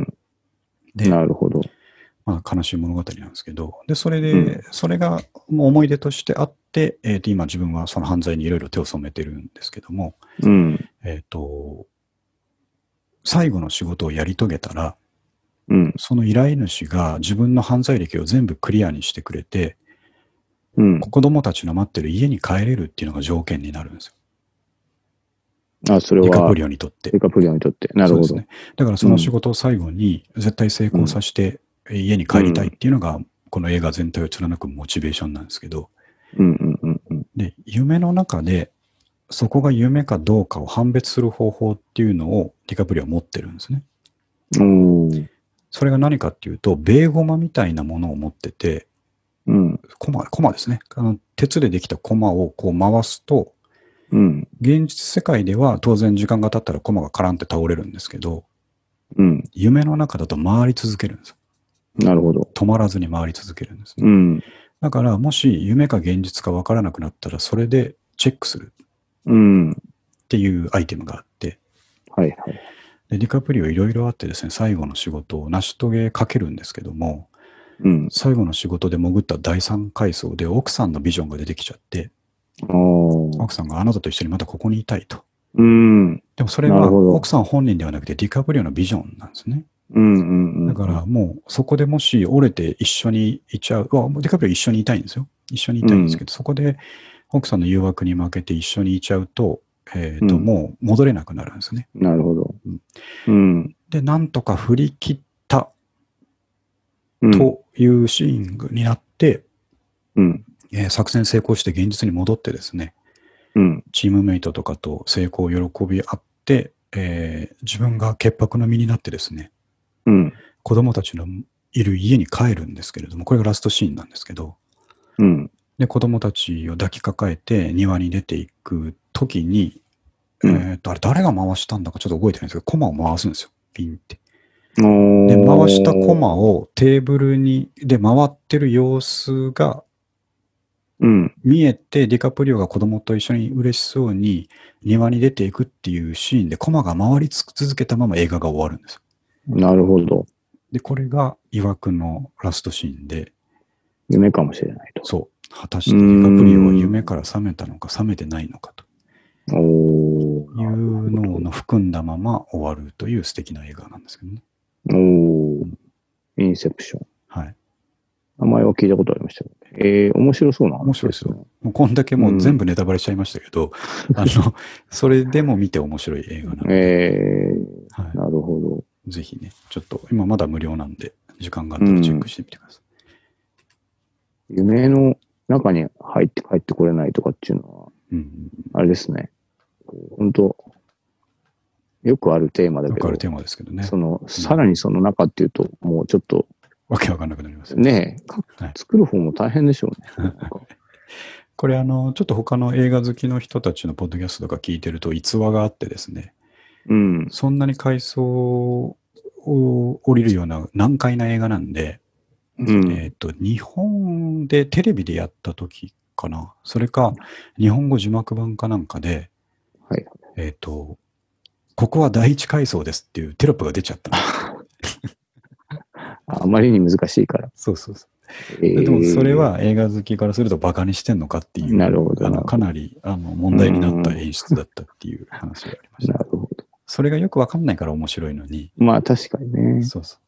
A: で、
B: なるほど。
A: まあ、悲しい物語なんですけど、で、それで、うん、それがもう思い出としてあって、えっと、今自分はその犯罪にいろいろ手を染めてるんですけども、うん、えっと、最後の仕事をやり遂げたら、うん、その依頼主が自分の犯罪歴を全部クリアにしてくれて、うん、子供たちの待ってる家に帰れるっていうのが条件になるんです
B: よ。あ、それは。
A: ディカプリオにとって。
B: ディカプリオにとって。なるほど。
A: そうですね。だからその仕事を最後に絶対成功させて家に帰りたいっていうのが、この映画全体を貫くモチベーションなんですけど、うんうんうんうん、で、夢の中でそこが夢かどうかを判別する方法っていうのをディカプリオは持ってるんですね。
B: うん
A: それが何かっていうと、ベーゴマみたいなものを持ってて、うん、コマ、コマですね。あの鉄でできたコマをこう回すと、うん、現実世界では当然時間が経ったらコマがカランって倒れるんですけど、うん、夢の中だと回り続けるんですよ。
B: なるほど。
A: 止まらずに回り続けるんですね。うん、だからもし夢か現実か分からなくなったらそれでチェックするっていうアイテムがあって、
B: はいはい、
A: でディカプリオいろいろあってですね、最後の仕事を成し遂げかけるんですけども、うん、最後の仕事で潜っただいさん階層で奥さんのビジョンが出てきちゃって、奥さんがあなたと一緒にまたここにいたいと。うん、でもそれは奥さん本人ではなくてディカプリオのビジョンなんですね。うんうんうん、だからもうそこでもし折れて一緒にいっちゃう、ディカプリオ一緒にいたいんですよ。一緒にいたいんですけど、うん、そこで奥さんの誘惑に負けて一緒にいちゃうと、えーとうん、もう戻れなくなるんですね。
B: なるほど。
A: うん、で、なんとか振り切ったというシーンになって、
B: うん
A: えー、作戦成功して現実に戻ってですね、
B: うん、
A: チームメイトとかと成功を喜び合って、えー、自分が潔白の身になってですね、
B: うん、
A: 子供たちのいる家に帰るんですけれども、これがラストシーンなんですけど、
B: うん、
A: で子供たちを抱きかかえて庭に出ていくときに、
B: うん、
A: えー、とあれ誰が回したんだかちょっと覚えてないんですけど、コマを回すんですよ、ピンって。
B: お
A: で、回したコマ
B: ー
A: をテーブルに、で回ってる様子が
B: うん、
A: 見えて、ディカプリオが子供と一緒に嬉しそうに庭に出ていくっていうシーンで、コマが回り続けたまま映画が終わるんですよ。
B: なるほど。
A: で、これが曰くのラストシーンで、
B: 夢かもしれないと。
A: そう、果たしてディカプリオは夢から覚めたのか覚めてないのかと
B: おー
A: いうのを含んだまま終わるという素敵な映画なんですけどね。
B: おー、インセプション。
A: はい。
B: 名前は聞いたことありましたけど、えー、面白そうな話
A: 面白いですよ。もうこんだけもう全部ネタバレしちゃいましたけど、うん、あの、それでも見て面白い映画なので。
B: えー、
A: はい、
B: なるほど。
A: ぜひね、ちょっと今まだ無料なんで、時間があったらチェックしてみてください。
B: うん、夢の中に入って帰ってこれないとかっていうのは、うん、あれですね。本当よくあるテーマだけど、
A: よくあるテーマですけどね。
B: その、うん、さらにその中っていうと、もうちょっと、
A: わけわかんなくなります
B: ね。ねえ、はい、作る方も大変でしょうね。
A: これあの、ちょっと他の映画好きの人たちのポッドキャストとか聞いてると逸話があってですね、
B: うん、
A: そんなに階層を降りるような難解な映画なんで、うん、えっと、日本でテレビでやった時かな、それか日本語字幕版かなんかで、
B: はい、
A: えっと、ここは第一階層ですっていうテロップが出ちゃったんです。
B: あまりに難しいから。
A: そうそうそう。えー、でもそれは映画好きからするとバカにしてんのかっていう、
B: なるほど
A: あのかなりあの問題になった演出だったっていう話がありました。
B: なるほど。
A: それがよくわかんないから面白いのに。
B: まあ確かにね。
A: そうそう。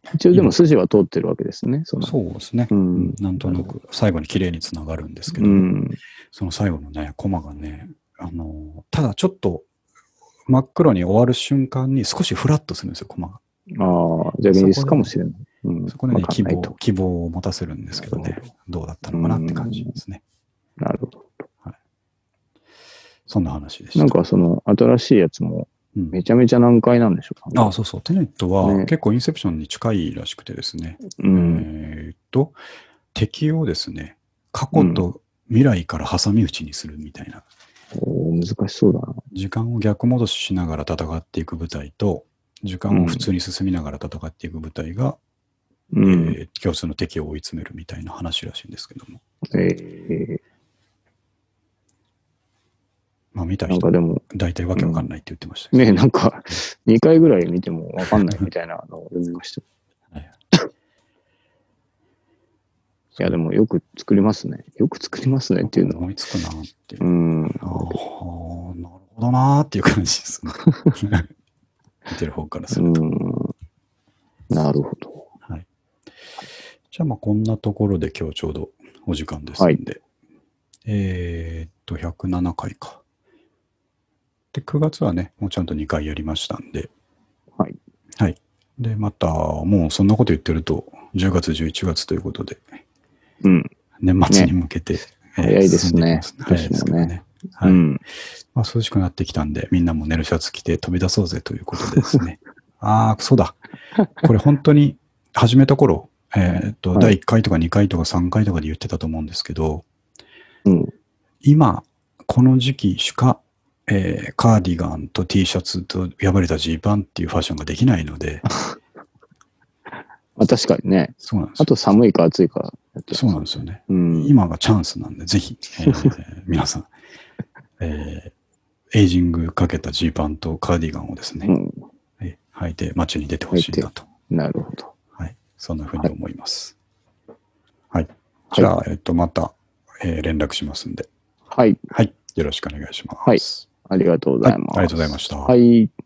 B: 一応でも筋は通ってるわけですね。
A: そのそうですね、うん。なんとなく最後に綺麗につながるんですけど、うん、その最後のね、コマがね、あの、ただちょっと真っ黒に終わる瞬間に少しフラッとするんですよ、コマが。
B: ああ、じゃあ現実かもしれない。
A: うん、そこでね、希望、希望を持たせるんですけどね、どうだったのかなって感じですね。
B: なるほど。
A: はい。そんな話でした。
B: なんかその新しいやつもめちゃめちゃ難解なんでしょうか、ね、
A: うん、ああ、そうそう。テネットは結構インセプションに近いらしくてですね。うん、えー、っと、敵をですね、過去と未来から挟み撃ちにするみたいな。
B: うん、お難しそうだな。
A: 時間を逆戻ししながら戦っていく部隊と、時間を普通に進みながら戦っていく部隊が、うんえー、共通の敵を追い詰めるみたいな話らしいんですけども。えー、まあ見た人は大体わけわかんないって言ってましたけ
B: ど、うん、ねえ、なんかにかいぐらい見てもわかんないみたいなのを読みました。はい、いやでもよく作りますね。よく作りますねっていうのは。
A: 思いつくなっていう。うん。ああ、なるほどなーっていう感じですね。見てる方からすると。
B: なるほど。
A: はい。じゃあまあこんなところで今日ちょうどお時間ですので。はい、えー、っと、ひゃくななかいか。で、くがつはね、もうちゃんとにかいやりましたんで。
B: はい。
A: はい。で、また、もうそんなこと言ってると、じゅうがつ、じゅういちがつということで。
B: うん。
A: 年末に向けて、ね
B: えー、早いですね。
A: 早いですけどね。はい。うん、まあ涼しくなってきたんで、みんなも寝るシャツ着て飛び出そうぜということでですね。ああ、そうだ。これ本当に始めた頃、えっと、はい、だいいっかいとかにかいとかさんかいとかで言ってたと思うんですけど、うん、今、この時期しか、えー、カーディガンと T シャツと破れたジーパンっていうファッションができないので。
B: まあ確かにね。
A: そうなんですよ。
B: あと寒いか暑いか。
A: そうなんですよね。うん、今がチャンスなんで、ぜひ、えー、皆さん、えー、エイジングかけたジーパンとカーディガンをですね、うんえー、履いて街に出てほしいなと。
B: なるほど。
A: はい。そんなふうに思います。はい。はい、じゃあ、えっと、また、えー、連絡しますんで。
B: はい。
A: はい。よろしくお願いします。
B: はい。ありがとうございます。
A: はい、ありがとうございました。
B: はい。